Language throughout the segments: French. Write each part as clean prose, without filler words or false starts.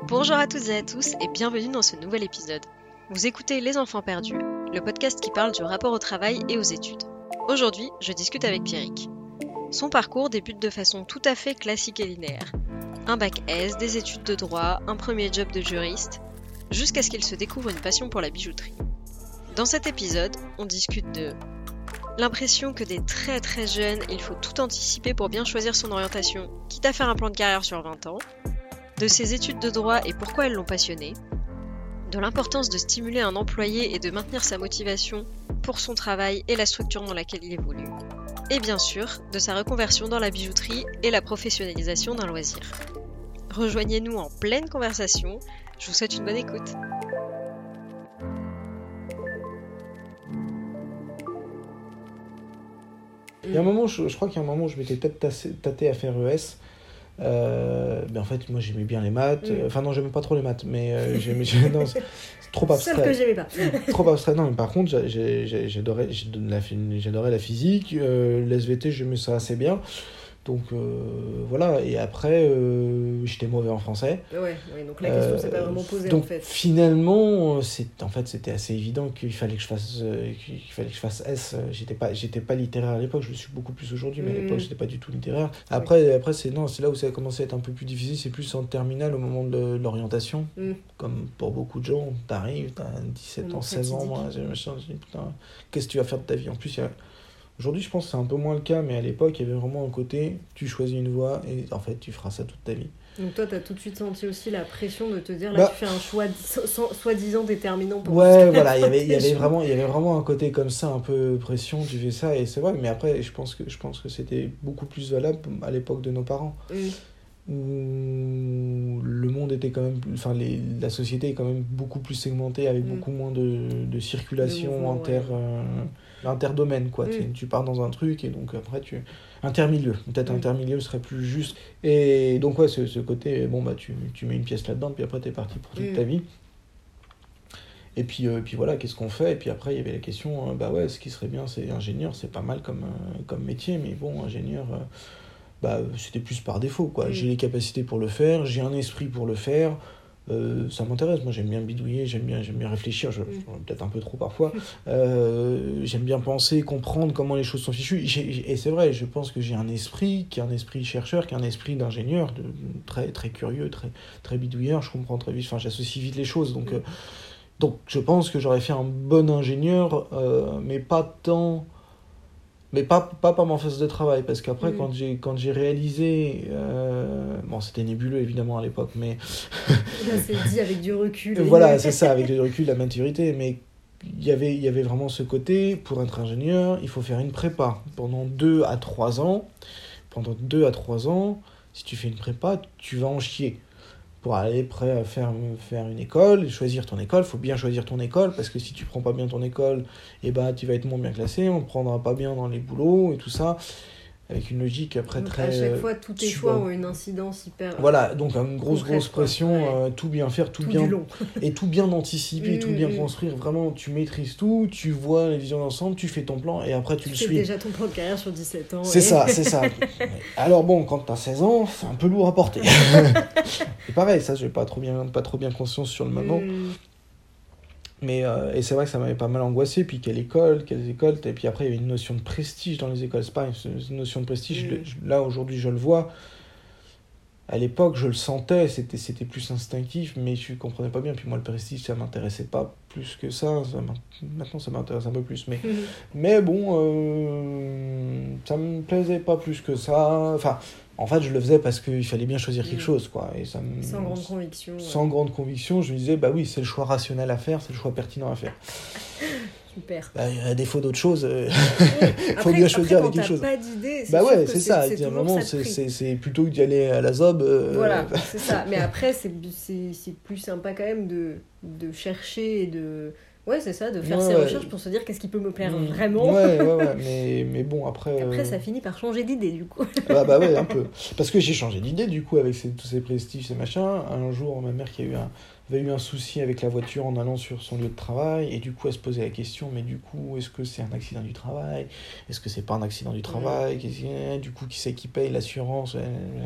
Bonjour à toutes et à tous et bienvenue dans ce nouvel épisode. Vous écoutez Les Enfants Perdus, le podcast qui parle du rapport au travail et aux études. Aujourd'hui, je discute avec Pierrick. Son parcours débute de façon tout à fait classique et linéaire. Un bac S, des études de droit, un premier job de juriste, jusqu'à ce qu'il se découvre une passion pour la bijouterie. Dans cet épisode, on discute de l'impression que dès très très jeune, il faut tout anticiper pour bien choisir son orientation, quitte à faire un plan de carrière sur 20 ans, de ses études de droit et pourquoi elles l'ont passionné, de l'importance de stimuler un employé et de maintenir sa motivation pour son travail et la structure dans laquelle il évolue, et bien sûr, de sa reconversion dans la bijouterie et la professionnalisation d'un loisir. Rejoignez-nous en pleine conversation, je vous souhaite une bonne écoute. Il y a un moment, je crois qu'il y a un moment où je m'étais peut-être tâté à faire ES. Mais en fait, moi j'aimais bien les maths. Enfin, non, j'aimais pas trop les maths, mais non, c'est trop abstrait. Celle que j'aimais pas. Trop abstrait, non, mais par contre, j'adorais la physique. L'SVT, j'aimais ça assez bien. Donc voilà, et après, j'étais mauvais en français. Ouais, donc la question s'est pas vraiment posée donc, en fait. Finalement, c'était assez évident qu'il fallait que je fasse S. J'étais pas littéraire à l'époque, je le suis beaucoup plus aujourd'hui, mais à l'époque, j'étais pas du tout littéraire. Après c'est là où ça a commencé à être un peu plus difficile, c'est plus en terminale au moment de l'orientation. Comme pour beaucoup de gens, t'arrives, t'as 17 ans, 16 ans, moi, je me dis, putain, qu'est-ce que tu vas faire de ta vie ? En plus, aujourd'hui, je pense que c'est un peu moins le cas, mais à l'époque, il y avait vraiment un côté, tu choisis une voie et en fait, tu feras ça toute ta vie. Donc toi, t'as tout de suite senti aussi la pression de te dire, là, tu fais un choix soi-disant déterminant pour voilà, il y avait vraiment un côté comme ça, un peu pression, tu fais ça, et c'est vrai, mais après, je pense que c'était beaucoup plus valable à l'époque de nos parents. Où le monde était quand même, la société est quand même beaucoup plus segmentée, avec beaucoup moins de circulation interdomaine, quoi. Tu pars dans un truc et donc après intermilieu serait plus juste. Et donc ce côté, tu mets une pièce là-dedans, puis après t'es parti pour toute ta vie. Et puis voilà, qu'est-ce qu'on fait ? Et puis après il y avait la question, ce qui serait bien, c'est ingénieur, c'est pas mal comme métier, mais bon, ingénieur, c'était plus par défaut, quoi. J'ai les capacités pour le faire, j'ai un esprit pour le faire, ça m'intéresse, moi j'aime bien bidouiller, j'aime bien réfléchir, peut-être un peu trop parfois, j'aime bien penser, comprendre comment les choses sont fichues, et c'est vrai, je pense que j'ai un esprit qui est un esprit chercheur, qui est un esprit d'ingénieur, très, très curieux, très, très bidouilleur, je comprends très vite, j'associe vite les choses, donc je pense que j'aurais fait un bon ingénieur, mais pas tant... Mais pas par mon poste de travail, parce qu'après, quand j'ai réalisé... c'était nébuleux, évidemment, à l'époque, mais... Là, c'est dit avec du recul. Voilà, c'est ça, avec du recul, la maturité, mais il y avait vraiment ce côté, pour être ingénieur, il faut faire une prépa pendant 2 à 3 ans. Pendant 2 à 3 ans, si tu fais une prépa, tu vas en chier. Pour aller prêt à faire une école, choisir ton école, il faut bien choisir ton école, parce que si tu prends pas bien ton école, tu vas être moins bien classé, on ne te prendra pas bien dans les boulots et tout ça, avec une logique après donc, très... à chaque fois, tous tes choix ont une incidence hyper... Voilà, donc une grosse pression, tout bien faire, tout bien... et tout bien anticiper, tout bien construire, vraiment, tu maîtrises tout, tu vois les visions d'ensemble, tu fais ton plan, et après tu le suis. C'est déjà ton plan de carrière sur 17 ans. C'est ça. Alors bon, quand t'as 16 ans, c'est un peu lourd à porter. Et pareil, ça, j'ai pas trop bien conscience sur le moment. Mais et c'est vrai que ça m'avait pas mal angoissé, puis quelles écoles, et puis après il y avait une notion de prestige dans les écoles, c'est pareil, une notion de prestige, là aujourd'hui je le vois, à l'époque je le sentais, c'était plus instinctif, mais je comprenais pas bien, puis moi le prestige ça m'intéressait pas plus que ça, maintenant ça m'intéresse un peu plus, mais bon, ça me plaisait pas plus que ça, en fait, je le faisais parce qu'il fallait bien choisir quelque chose, quoi. Et sans grande conviction. Sans grande conviction, je me disais, oui, c'est le choix rationnel à faire, c'est le choix pertinent à faire. Super. À défaut d'autre chose, il faut bien choisir avec quelque chose. Pas d'idée, c'est ça. À un moment, c'est plutôt que d'y aller à la zob. Voilà, c'est ça. Mais après, c'est plus sympa quand même de chercher et de... Ouais, c'est ça, de faire ses recherches pour se dire qu'est-ce qui peut me plaire vraiment. Ouais, mais bon, après... Après, ça finit par changer d'idée, du coup. Ouais, un peu. Parce que j'ai changé d'idée, du coup, avec tous ces prestiges, ces machins. Un jour, ma mère qui avait eu un souci avec la voiture en allant sur son lieu de travail, et du coup, elle se posait la question, mais du coup, est-ce que c'est un accident du travail ? Est-ce que c'est pas un accident du travail ? Du coup, qui c'est qui paye l'assurance ?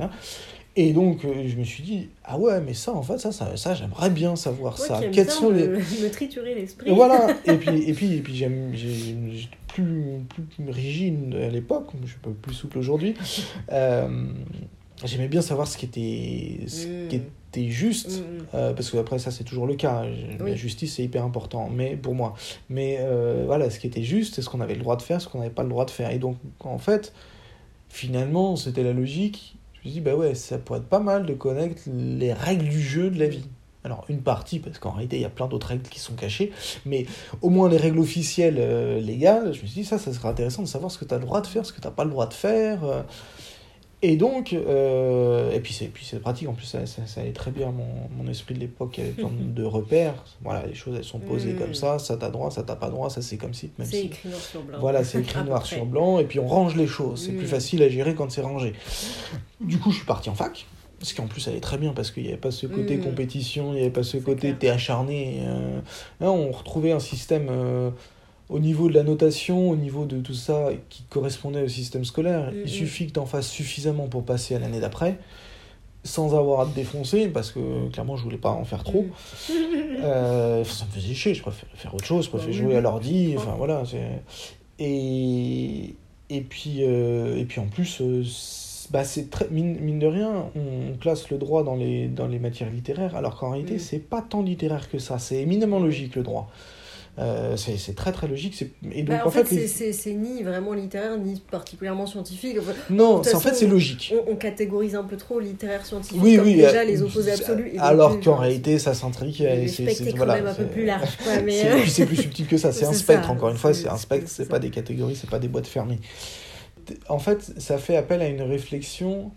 Et donc, je me suis dit, ah ouais, mais ça, en fait, ça j'aimerais bien savoir ça. Quels sont me triturer l'esprit. Et voilà, et puis j'ai plus rigide à l'époque, je suis un peu plus souple aujourd'hui. J'aimais bien savoir ce qui était juste, parce que après ça c'est toujours le cas, la justice c'est hyper important, mais pour moi. Mais voilà, ce qui était juste, c'est ce qu'on avait le droit de faire, ce qu'on n'avait pas le droit de faire. Et donc, en fait, finalement, c'était la logique. Je me suis dit, bah ouais, ça pourrait être pas mal de connaître les règles du jeu de la vie. Alors, une partie, parce qu'en réalité, il y a plein d'autres règles qui sont cachées, mais au moins les règles officielles légales, je me suis dit, ça serait intéressant de savoir ce que tu as le droit de faire, ce que tu n'as pas le droit de faire. Et donc, et puis c'est pratique, en plus, ça allait très bien mon esprit de l'époque, il y avait plein de repères. Voilà, les choses, elles sont posées comme ça t'as droit, ça t'as pas droit, ça c'est comme si... Même c'est écrit noir sur blanc. Voilà, c'est écrit noir sur blanc, et puis on range les choses, c'est plus facile à gérer quand c'est rangé. Du coup, je suis parti en fac. Parce qu'en plus, ça allait très bien, parce qu'il n'y avait pas ce côté compétition, il n'y avait pas ce côté t'es acharné. Là, on retrouvait un système au niveau de la notation, au niveau de tout ça, qui correspondait au système scolaire. Il suffit que tu en fasses suffisamment pour passer à l'année d'après, sans avoir à te défoncer, parce que clairement, je voulais pas en faire trop. Ça me faisait chier, je préférais faire autre chose, je préférais jouer à l'ordi, enfin voilà. Et puis en plus... c'est très, mine de rien, on classe le droit dans les matières littéraires, alors qu'en réalité, c'est pas tant littéraire que ça, c'est éminemment logique le droit. C'est très très logique. Et donc, en fait c'est ni vraiment littéraire, ni particulièrement scientifique. Enfin, non, c'est logique. On catégorise un peu trop littéraire scientifique, oui, déjà les opposés absolus. Alors qu'en réalité, ça s'intrique. Le spectre est quand même un peu plus large. Puis c'est plus subtil que ça, c'est un spectre, encore une fois, c'est un spectre, c'est pas des catégories, c'est pas des boîtes fermées. En fait, ça fait appel à une réflexion,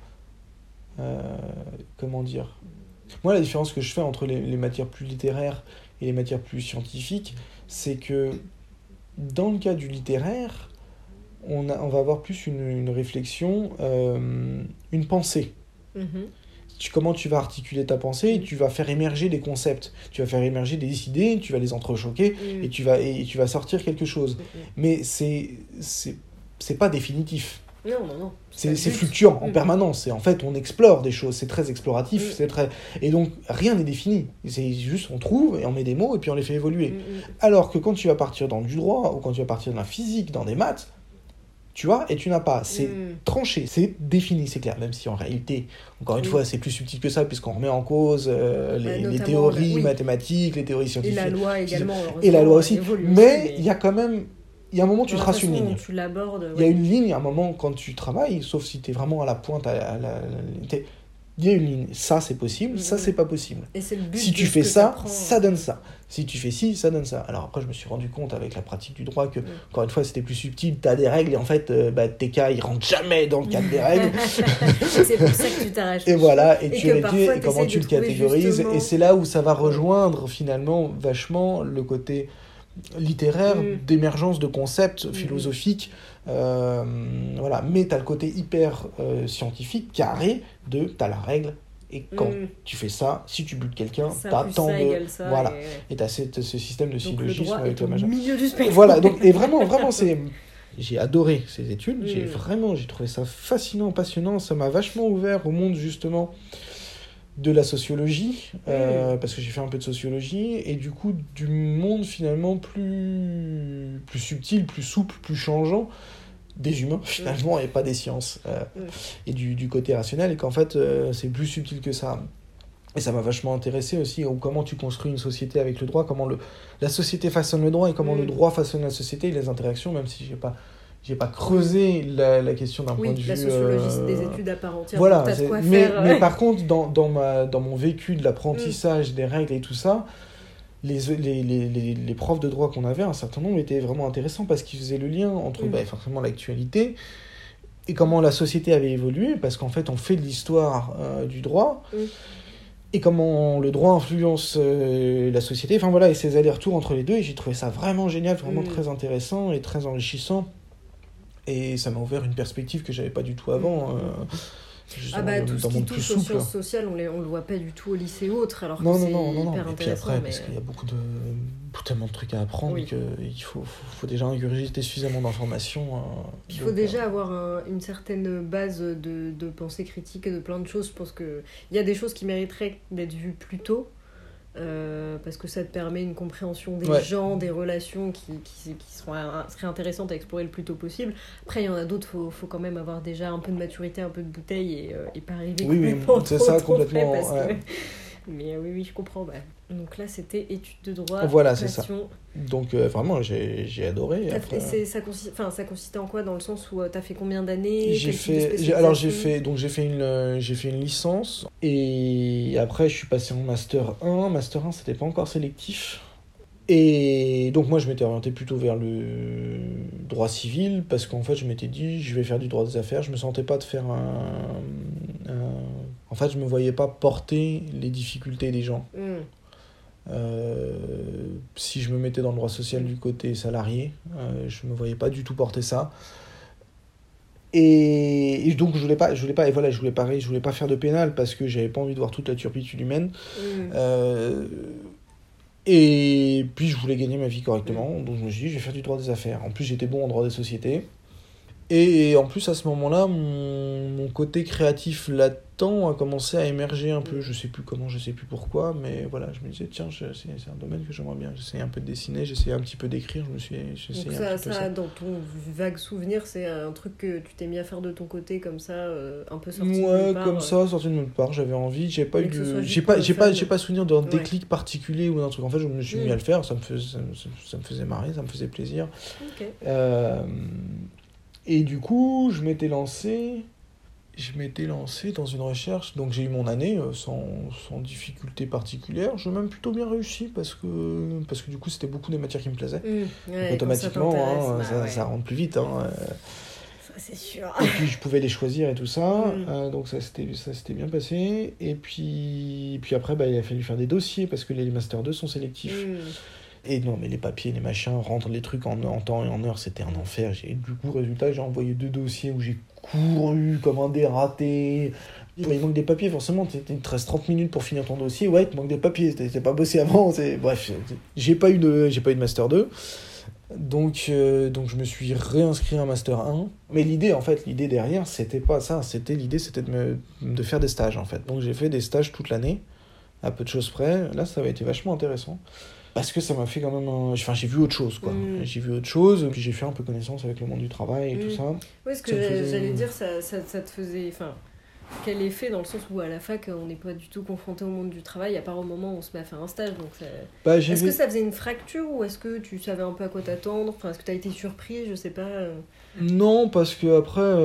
comment dire. Moi, la différence que je fais entre les matières plus littéraires et les matières plus scientifiques, c'est que dans le cas du littéraire, on va avoir plus une réflexion, une pensée. Comment tu vas articuler ta pensée, et tu vas faire émerger des concepts, tu vas faire émerger des idées, tu vas les entrechoquer, et tu vas sortir quelque chose. Mais c'est pas définitif. Non. C'est fluctuant en permanence. Et en fait, on explore des choses. C'est très exploratif. Et donc, rien n'est défini. C'est juste, on trouve et on met des mots et puis on les fait évoluer. Alors que quand tu vas partir dans du droit ou quand tu vas partir dans la physique, dans des maths, tu vois, et tu n'as pas. C'est tranché, c'est défini, c'est clair. Même si en réalité, encore une fois, c'est plus subtil que ça puisqu'on remet en cause les théories mathématiques, les théories scientifiques. Et la loi également. Et la loi aussi. Mais il y a quand même... Il y a un moment où tu traces une ligne. Tu l'abordes. Il y a une ligne, à un moment, quand tu travailles, sauf si tu es vraiment à la pointe, il y a une ligne. Ça, c'est possible, ça, c'est pas possible. Et c'est le but si tu fais ça, ça donne ça. Si tu fais ci, ça donne ça. Alors après, je me suis rendu compte avec la pratique du droit que, encore une fois, c'était plus subtil. Tu as des règles et en fait, tes cas, ils rentrent jamais dans le cadre des règles. C'est pour ça que tu t'arraches. Et voilà, et tu l'étudies et comment tu le catégorises. Justement... Et c'est là où ça va rejoindre finalement vachement le côté littéraire, d'émergence de concepts philosophiques, voilà. Mais t'as le côté hyper scientifique, carré, t'as la règle, et quand tu fais ça, si tu butes quelqu'un, t'as tant de... Ça, voilà. Et t'as ce système de syllogisme avec le majeur. Milieu du spectre. Voilà, donc, et vraiment, c'est... J'ai adoré ces études, j'ai trouvé ça fascinant, passionnant, ça m'a vachement ouvert au monde, justement, de la sociologie, parce que j'ai fait un peu de sociologie, et du coup du monde finalement plus subtil, plus souple, plus changeant des humains finalement, et pas des sciences, et du côté rationnel, et qu'en fait c'est plus subtil que ça. Et ça m'a vachement intéressé aussi, comment tu construis une société avec le droit, comment la société façonne le droit, et comment le droit façonne la société, et les interactions, même si j'ai pas creusé la question d'un point de vue... la sociologie, c'est des études à part entière. Voilà, t'as de quoi mais par contre, dans mon vécu de l'apprentissage des règles et tout ça, les profs de droit qu'on avait, un certain nombre, étaient vraiment intéressants parce qu'ils faisaient le lien entre forcément l'actualité et comment la société avait évolué, parce qu'en fait, on fait de l'histoire du droit, et comment le droit influence la société, enfin voilà, et ces allers-retours entre les deux, et j'ai trouvé ça vraiment génial, vraiment très intéressant et très enrichissant. Et ça m'a ouvert une perspective que j'avais pas du tout avant. Tout ce qui touche aux sciences sociales, on le voit pas du tout au lycée ou autre, alors que c'est hyper intéressant. Et puis après, parce qu'il y a tellement de trucs à apprendre qu'il faut déjà ingurgiter suffisamment d'informations. Il faut déjà avoir une certaine base de pensée critique et de plein de choses. Je pense qu'il y a des choses qui mériteraient d'être vues plus tôt. Parce que ça te permet une compréhension des gens, des relations qui seraient intéressantes à explorer le plus tôt possible. Après, il y en a d'autres, faut quand même avoir déjà un peu de maturité, un peu de bouteille et pas arriver complètement c'est ça, complètement. Mais oui, je comprends. Donc là, c'était études de droit. Voilà, c'est ça. Donc vraiment, j'ai adoré. Ça consistait en quoi, dans le sens où t'as fait combien d'années? J'ai fait une licence et après je suis passé en master 1. Master 1, c'était pas encore sélectif. Et donc moi je m'étais orienté plutôt vers le droit civil parce qu'en fait je m'étais dit je vais faire du droit des affaires. Je me sentais pas de faire en fait je me voyais pas porter les difficultés des gens. Si je me mettais dans le droit social du côté salarié, je me voyais pas du tout porter ça. Et donc je voulais pas faire de pénal parce que j'avais pas envie de voir toute la turpitude humaine. Et puis je voulais gagner ma vie correctement, donc je me suis dit je vais faire du droit des affaires. En plus j'étais bon en droit des sociétés. Et en plus à ce moment-là, mon côté créatif latent a commencé à émerger un peu. Je sais plus comment, je sais plus pourquoi, mais voilà, je me disais tiens, c'est un domaine que j'aimerais bien. J'essayais un peu de dessiner, j'essayais un petit peu d'écrire, donc ça, dans ton vague souvenir, c'est un truc que tu t'es mis à faire de ton côté comme ça, un peu sorti de nulle part. Comme ça, sorti de nulle part, j'avais envie, j'ai pas souvenir d'un déclic particulier ou d'un truc. En fait, je me suis mis à le faire, ça me faisait marrer, ça me faisait plaisir. Et du coup, je m'étais lancé dans une recherche, donc j'ai eu mon année sans difficulté particulière. J'ai même plutôt bien réussi parce que du coup c'était beaucoup des matières qui me plaisaient. Donc, automatiquement, ça rentre plus vite. Ça c'est sûr. Et puis je pouvais les choisir et tout ça, donc ça s'était bien passé. Et puis après il a fallu faire des dossiers parce que les Master 2 sont sélectifs. Et non, mais les papiers, les machins, rendre les trucs en temps et en heure, c'était un enfer. Du coup, résultat, j'ai envoyé 2 dossiers où j'ai couru comme un dératé. Il manque des papiers, forcément. Il te reste 30 minutes pour finir ton dossier. Ouais, il te manque des papiers. T'as pas bossé avant. Bref, j'ai pas eu de Master 2. Donc je me suis réinscrit en Master 1. Mais l'idée derrière, c'était pas ça. C'était de faire des stages, en fait. Donc j'ai fait des stages toute l'année, à peu de choses près. Là, ça avait été vachement intéressant. Parce que ça m'a fait quand même j'ai vu autre chose, quoi. J'ai vu autre chose, puis j'ai fait un peu connaissance avec le monde du travail et tout ça. Oui, ce que j'allais dire, ça te faisait... quel effet, dans le sens où à la fac, on n'est pas du tout confronté au monde du travail, à part au moment où on se met à faire un stage. Donc est-ce que ça faisait une fracture, ou est-ce que tu savais un peu à quoi t'attendre? Est-ce que tu as été surpris, je sais pas. Non, parce que après...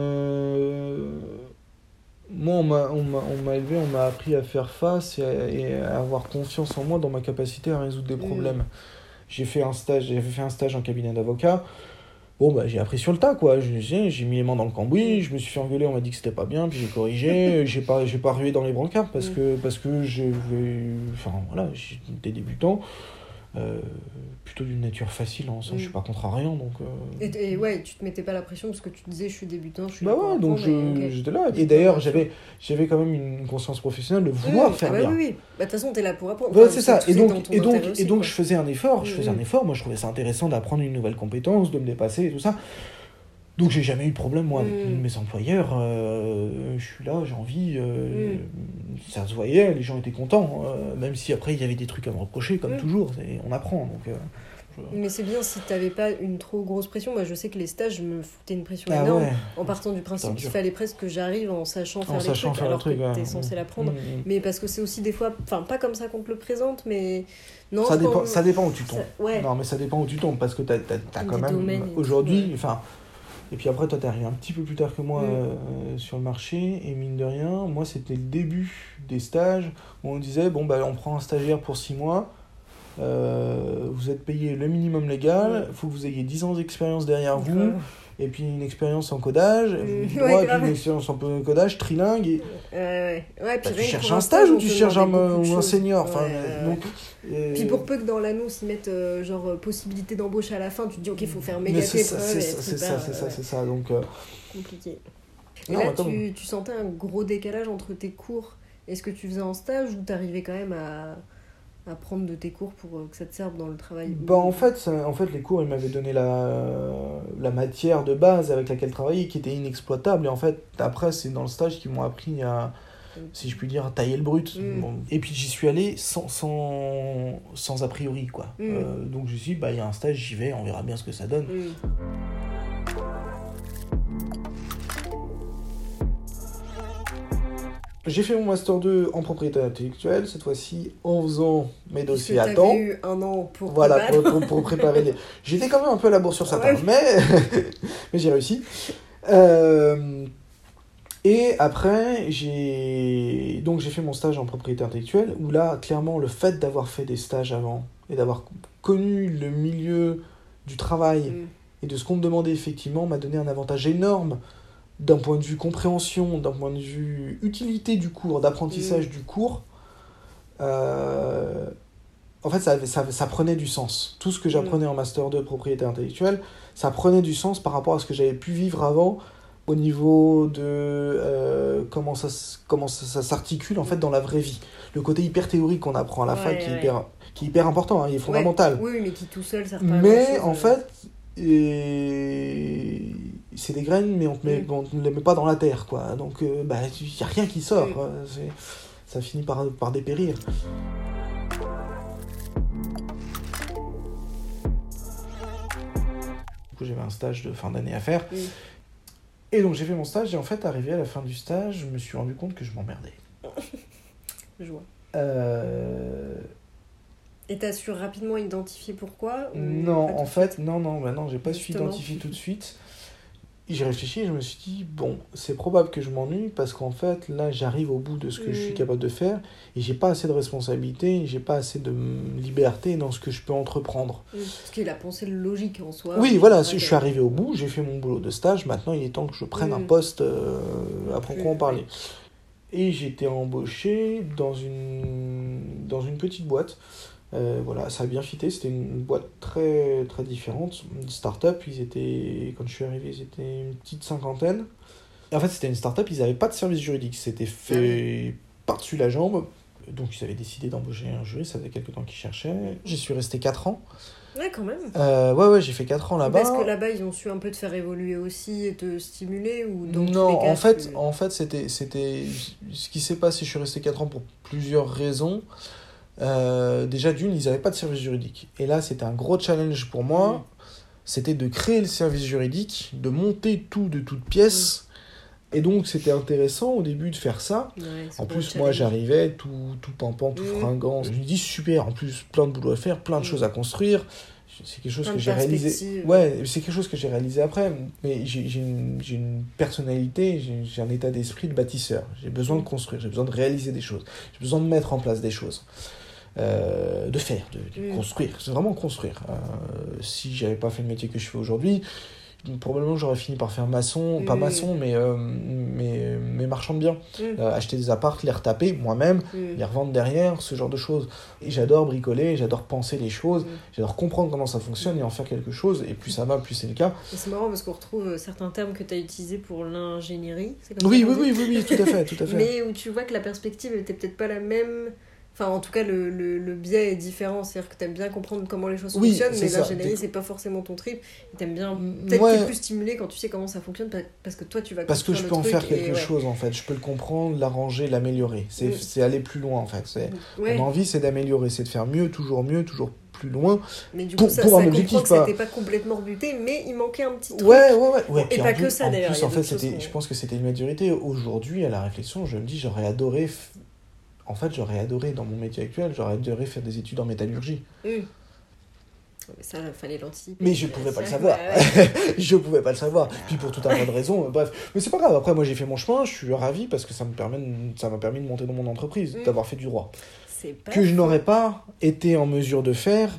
Moi, on m'a élevé, on m'a appris à faire face et à avoir confiance en moi dans ma capacité à résoudre des problèmes. J'avais fait un stage en cabinet d'avocat. Bon, j'ai appris sur le tas, quoi. J'ai mis les mains dans le cambouis, je me suis fait engueuler, on m'a dit que c'était pas bien, puis j'ai corrigé. j'ai pas rué dans les brancards parce que j'étais débutant. Plutôt d'une nature facile, en sens, je suis pas contre à rien, donc et ouais, tu te mettais pas la pression parce que tu te disais je suis débutant, je suis donc j'étais là, et d'ailleurs j'avais quand même une conscience professionnelle de vouloir faire bien. De toute façon t'es là pour apprendre, c'est ça, et donc je faisais un effort, moi je trouvais ça intéressant d'apprendre une nouvelle compétence, de me dépasser et tout ça. Donc j'ai jamais eu de problème, moi, avec mes employeurs. Je suis là, j'ai envie. Ça se voyait, les gens étaient contents. Même si après, il y avait des trucs à me reprocher, comme toujours. On apprend. Donc, Mais c'est bien si t'avais pas une trop grosse pression. Moi, je sais que les stages me foutaient une pression énorme. En partant du principe qu'il fallait presque que j'arrive en sachant faire les trucs, alors que t'es censé l'apprendre. Mais parce que c'est aussi des fois... pas comme ça qu'on te le présente, mais... Non, ça dépend où tu tombes. Non, mais ça dépend où tu tombes, parce que t'as quand même... Aujourd'hui... Et puis après, toi, t'es arrivé un petit peu plus tard que moi sur le marché, et mine de rien, moi, c'était le début des stages où on disait, on prend un stagiaire pour 6 mois, vous êtes payé le minimum légal, il faut que vous ayez 10 ans d'expérience derrière vous, et puis une expérience en codage, puis une expérience en codage, trilingue, et... puis tu cherches un stage ou tu cherches un senior, Puis pour peu que dans l'annonce ils mettent possibilité d'embauche à la fin, tu te dis ok, il faut faire méga tes preuves. C'est ça, donc... Compliqué. Et là, tu sentais un gros décalage entre tes cours et ce que tu faisais en stage, ou t'arrivais quand même à prendre de tes cours pour que ça te serve dans le travail? En fait, les cours, ils m'avaient donné la matière de base avec laquelle travailler, qui était inexploitable. Et en fait, après, c'est dans le stage qu'ils m'ont appris à, si je puis dire, à tailler le brut. Bon. Et puis, j'y suis allé sans a priori, quoi. Donc, je me suis dit, il y a un stage, j'y vais, on verra bien ce que ça donne. J'ai fait mon Master 2 en propriété intellectuelle, cette fois-ci en faisant mes dossiers à temps. Eu un an pour pour préparer les... J'étais quand même un peu à la bourre sur certains, mais j'ai réussi. Et après, j'ai fait mon stage en propriété intellectuelle, où là, clairement, le fait d'avoir fait des stages avant et d'avoir connu le milieu du travail et de ce qu'on me demandait effectivement m'a donné un avantage énorme d'un point de vue compréhension, d'un point de vue utilité du cours, d'apprentissage du cours. En fait, ça prenait du sens. Tout ce que j'apprenais en Master 2 propriété intellectuelle, ça prenait du sens par rapport à ce que j'avais pu vivre avant, au niveau de comment ça s'articule en fait dans la vraie vie. Le côté hyper théorique qu'on apprend à la fac, qui est hyper important, il est fondamental. Oui, mais qui tout seul sert pas à mais grand-chose, en fait, c'est des graines, mais on ne les met pas dans la terre, quoi. Donc, il n'y a rien qui sort. Ça finit par dépérir. Du coup, j'avais un stage de fin d'année à faire. Et donc, j'ai fait mon stage, et en fait, arrivé à la fin du stage, je me suis rendu compte que je m'emmerdais. Je vois. Et t'as su rapidement identifier pourquoi? Non, en fait, non, j'ai pas su identifier tout de suite. J'ai réfléchi et je me suis dit, c'est probable que je m'ennuie parce qu'en fait, là, j'arrive au bout de ce que je suis capable de faire et j'ai pas assez de responsabilité, j'ai pas assez de liberté dans ce que je peux entreprendre. Parce qu'il a pensé le logique en soi. Oui, voilà, je suis arrivé au bout, j'ai fait mon boulot de stage, maintenant il est temps que je prenne un poste à proprement parler. Et j'ai été embauché dans une petite boîte. Ça a bien fité, c'était une boîte très, très différente, une start-up, quand je suis arrivé, ils étaient une petite cinquantaine. Et en fait, c'était une start-up, ils n'avaient pas de service juridique, c'était fait par-dessus la jambe, donc ils avaient décidé d'embaucher un juriste, ça faisait quelques temps qu'ils cherchaient. J'y suis resté 4 ans. Ouais, quand même. J'ai fait 4 ans là-bas. Est-ce que là-bas, ils ont su un peu te faire évoluer aussi et te stimuler ou Non, en fait, c'était ce qui s'est passé, je suis resté 4 ans pour plusieurs raisons. Déjà d'une, ils n'avaient pas de service juridique. Et là, c'était un gros challenge pour moi. C'était de créer le service juridique, de monter tout de toutes pièces. Et donc, c'était intéressant au début de faire ça. En plus, moi, j'arrivais tout pimpant, tout fringant. Je me dis, super, en plus, plein de boulot à faire, plein de choses à construire. C'est quelque chose que j'ai réalisé. Ouais, c'est quelque chose que j'ai réalisé après. Mais j'ai une personnalité, j'ai un état d'esprit de bâtisseur. J'ai besoin de construire, j'ai besoin de réaliser des choses. J'ai besoin de mettre en place des choses. De faire, de construire. C'est vraiment construire. Si j'avais pas fait le métier que je fais aujourd'hui, probablement j'aurais fini par faire maçon, pas maçon, mais marchand de biens. Acheter des apparts, les retaper moi-même, les revendre derrière, ce genre de choses. Et j'adore bricoler, j'adore penser les choses, j'adore comprendre comment ça fonctionne et en faire quelque chose. Et plus ça va, plus c'est le cas. Et c'est marrant parce qu'on retrouve certains termes que tu as utilisés pour l'ingénierie. Oui, tout à fait. Mais où tu vois que la perspective était peut-être pas la même. Enfin, en tout cas, le biais est différent. C'est-à-dire que tu aimes bien comprendre comment les choses fonctionnent, mais l'ingénierie, c'est pas forcément ton trip. Tu aimes bien... Peut-être que tu es plus stimulé quand tu sais comment ça fonctionne, parce que toi, tu vas parce que je peux en faire quelque chose, en fait. Je peux le comprendre, l'arranger, l'améliorer. C'est aller plus loin, en fait. Mon envie, c'est d'améliorer, c'est de faire mieux, toujours plus loin. Mais du coup, ça comprend que c'était pas complètement rebuté, mais il manquait un petit truc. Ouais. Et pas que ça, d'ailleurs. En plus, je pense que c'était une maturité. Aujourd'hui, à la réflexion, je me dis, j'aurais adoré dans mon métier actuel, j'aurais adoré faire des études en métallurgie. Mais ça, fallait l'anticiper. Mais je pouvais pas le savoir. Je pouvais pas le savoir. Puis pour tout un tas de raisons, bref. Mais c'est pas grave. Après, moi, j'ai fait mon chemin, je suis ravi parce que ça m'a permis de monter dans mon entreprise, d'avoir fait du droit. Que je n'aurais pas été en mesure de faire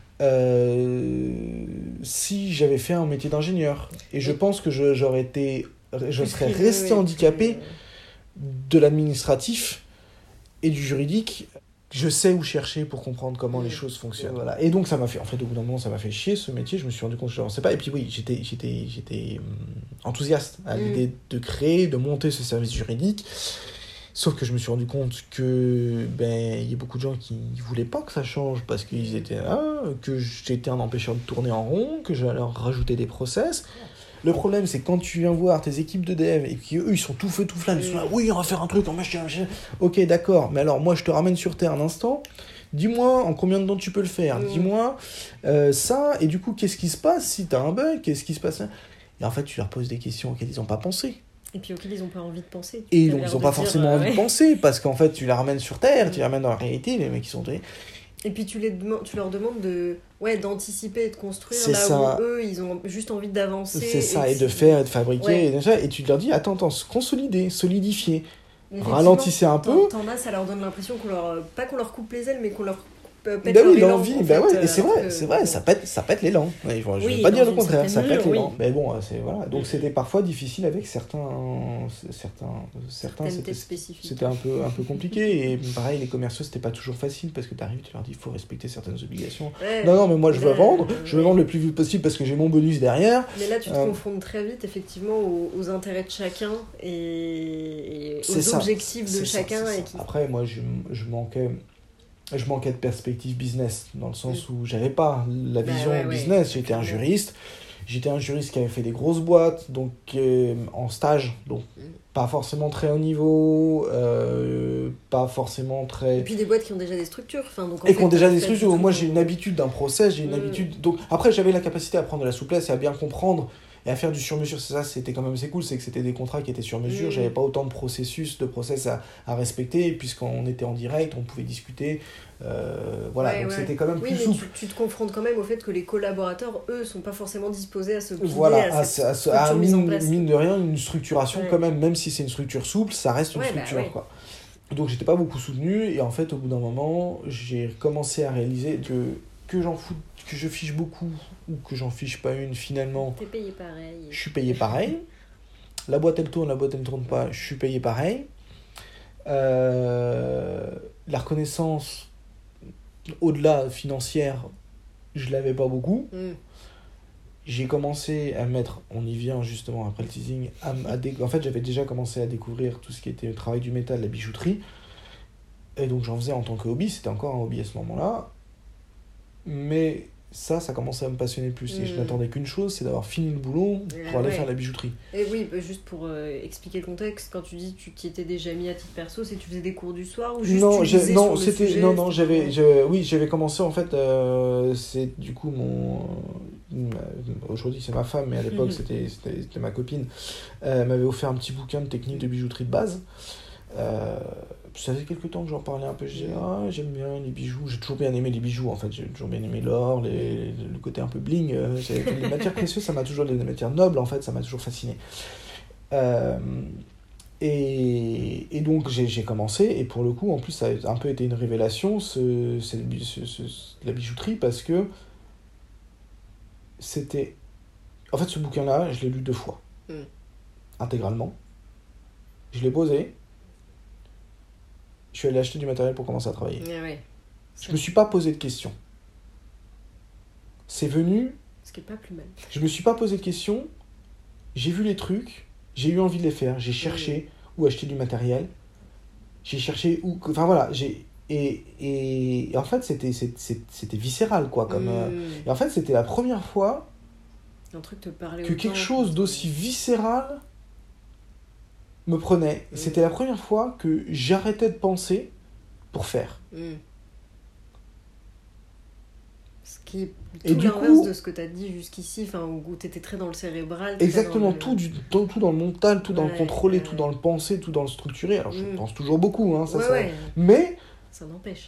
si j'avais fait un métier d'ingénieur. Et je pense que je serais resté handicapé de l'administratif et du juridique. je sais où chercher pour comprendre comment les choses fonctionnent. Voilà. Et donc, ça m'a fait, en fait, au bout d'un moment, ça m'a fait chier ce métier. Je me suis rendu compte que je ne sais pas. Et puis, oui, j'étais enthousiaste à l'idée de créer, de monter ce service juridique. Sauf que je me suis rendu compte que il y a beaucoup de gens qui ne voulaient pas que ça change parce qu'ils étaient là, que j'étais un empêcheur de tourner en rond, que j'allais leur rajouter des process. Le problème, c'est que quand tu viens voir tes équipes de dev et qu'eux, ils sont tout feu, tout flamme, ils sont là, oui, on va faire un truc, machin. Ok, d'accord, mais alors moi, je te ramène sur Terre un instant. Dis-moi en combien de temps tu peux le faire. Dis-moi ça, et du coup, qu'est-ce qui se passe si tu as un bug. Qu'est-ce qui se passe. Et en fait, tu leur poses des questions auxquelles ils n'ont pas pensé. Et puis auxquels ils n'ont pas envie de penser. Et donc, ils n'ont pas forcément envie de penser, parce qu'en fait, tu les ramènes sur Terre, tu les ramènes dans la réalité, les mecs, ils sont... Et puis tu leur demandes d'anticiper et de construire où eux, ils ont juste envie d'avancer. C'est ça, et de faire, et de fabriquer, et tu leur dis, attends, consolider, solidifier, ralentissez un peu. T'en as, ça leur donne l'impression pas qu'on leur coupe les ailes, mais qu'on leur pète leur élan. L'envie, et c'est vrai, ça pète l'élan. Je ne vais pas dire le contraire, ça pète l'élan. Mais bon, voilà. Donc c'était parfois difficile avec certains c'était un peu compliqué. Et pareil, les commerciaux, c'était pas toujours facile parce que tu arrives, tu leur dis, il faut respecter certaines obligations. Non, mais moi je veux vendre, je veux vendre le plus vite possible parce que j'ai mon bonus derrière. Mais là, tu te confrontes très vite, effectivement, aux intérêts de chacun et aux objectifs de chacun. Après, moi, je manquais de perspective business, dans le sens où j'avais pas la vision business. J'étais un juriste qui avait fait des grosses boîtes, donc en stage, donc pas forcément très haut niveau, pas forcément très... Et puis des boîtes qui ont déjà des structures. Qui ont déjà des structures. Moi, j'ai une habitude d'un process, j'ai une habitude... Donc, après, j'avais la capacité à prendre de la souplesse et à bien comprendre et à faire du sur-mesure. Ça, c'était quand même assez cool, c'est que c'était des contrats qui étaient sur-mesure. J'avais pas autant de process à respecter, puisqu'on était en direct, on pouvait discuter. Donc c'était quand même plus souple. Mais tu te confrontes quand même au fait que les collaborateurs, eux, sont pas forcément disposés à se plier à mine de rien, une structuration quand même si c'est une structure souple, ça reste une structure, quoi. Donc j'étais pas beaucoup soutenu, et en fait, au bout d'un moment, j'ai commencé à réaliser que je fiche beaucoup ou que j'en fiche pas une, finalement. T'es payé pareil. Je suis payé pareil. La boîte elle tourne pas, je suis payé pareil. La reconnaissance au-delà financière, je l'avais pas beaucoup. J'ai commencé à mettre, on y vient justement après le teasing, en fait j'avais déjà commencé à découvrir tout ce qui était le travail du métal, la bijouterie, et donc j'en faisais en tant que hobby, c'était encore un hobby à ce moment-là, mais ça commençait à me passionner plus, et je n'attendais qu'une chose, c'est d'avoir fini le boulot pour aller faire la bijouterie. Et oui, juste pour expliquer le contexte, quand tu dis que tu t'y étais déjà mis à titre perso, c'est que tu faisais des cours du soir ou juste j'avais commencé en fait, c'est du coup aujourd'hui c'est ma femme, mais à l'époque c'était ma copine, m'avait offert un petit bouquin de techniques de bijouterie de base. Ça faisait quelques temps que j'en parlais un peu, je disais j'aime bien les bijoux, j'ai toujours bien aimé les bijoux en fait, j'ai toujours bien aimé l'or, le côté un peu bling, les matières précieuses, ça m'a toujours, les matières nobles en fait, ça m'a toujours fasciné. Et donc j'ai commencé, et pour le coup en plus ça a un peu été une révélation, la bijouterie, parce que c'était... En fait ce bouquin-là, je l'ai lu 2 fois, intégralement. Je l'ai posé, je suis allé acheter du matériel pour commencer à travailler. Je me suis pas posé de questions. C'est venu... Ce qui est pas plus mal. Je me suis pas posé de questions, j'ai vu les trucs, j'ai eu envie de les faire, j'ai cherché où acheter du matériel, j'ai cherché où... Enfin voilà, et en fait c'était viscéral, quoi, comme... Et en fait c'était la première fois un truc te parlait que quelque chose d'aussi viscéral me prenait. C'était la première fois que j'arrêtais de penser pour faire. Ce qui est tout l'inverse de ce que tu as dit jusqu'ici, où tu étais très dans le cérébral. Exactement, tout dans le mental, tout dans le contrôler, tout dans le penser, tout dans le structurer. Alors je pense toujours beaucoup, mais... Ça n'empêche.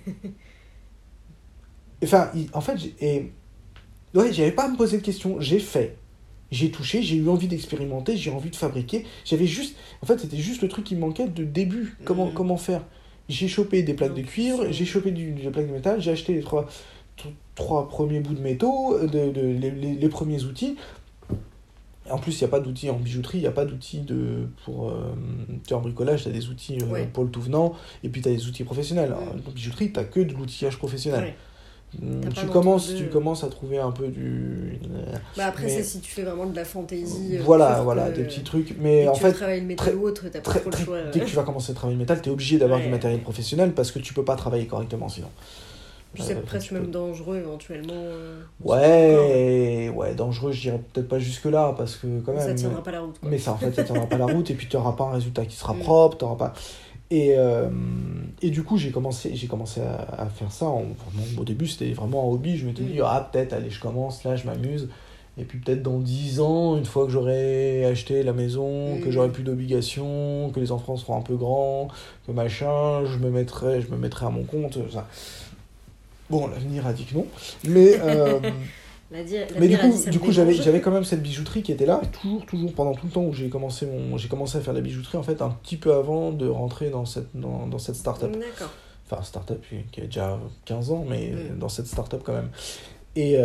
En fait, j'avais pas à me poser de questions, j'ai fait. J'ai touché, j'ai eu envie d'expérimenter, j'ai envie de fabriquer. En fait, c'était juste le truc qui me manquait de début. Comment faire ? J'ai chopé des plaques de cuivre, j'ai chopé des plaques de métal, j'ai acheté les trois premiers bouts de métaux, les premiers outils. Et en plus, il n'y a pas d'outils en bijouterie, il n'y a pas d'outils en bricolage, tu as des outils pour le tout venant, et puis tu as des outils professionnels. En bijouterie, tu n'as que de l'outillage professionnel. Ouais. Tu commences à trouver un peu du... Après, c'est si tu fais vraiment de la fantaisie. Voilà, des petits trucs. Mais en fait, tu travailles le métal ou autre, t'as pas trop le choix. Dès que tu vas commencer à travailler le métal, tu es obligé d'avoir du matériel professionnel parce que tu peux pas travailler correctement sinon. C'est presque même dangereux éventuellement. Ouais, dangereux, je dirais peut-être pas jusque-là parce que quand même. Ça tiendra pas la route. Mais ça, en fait, ça tiendra pas la route et puis tu n'auras pas un résultat qui sera propre, t'auras pas. Et du coup, j'ai commencé à faire ça. Vraiment, au début, c'était vraiment un hobby. Je m'étais dit, peut-être, allez, je commence, là, je m'amuse. Et puis peut-être dans 10 ans, une fois que j'aurai acheté la maison, que j'aurai plus d'obligations, que les enfants seront un peu grands, que machin, je me mettrai à mon compte. Ça. Bon, l'avenir a dit que non. Mais... mais du coup j'avais quand même cette bijouterie qui était là, toujours pendant tout le temps où j'ai commencé à faire de la bijouterie, en fait, un petit peu avant de rentrer dans cette start-up. D'accord. Enfin, start-up qui a déjà 15 ans, mais dans cette start-up quand même. Et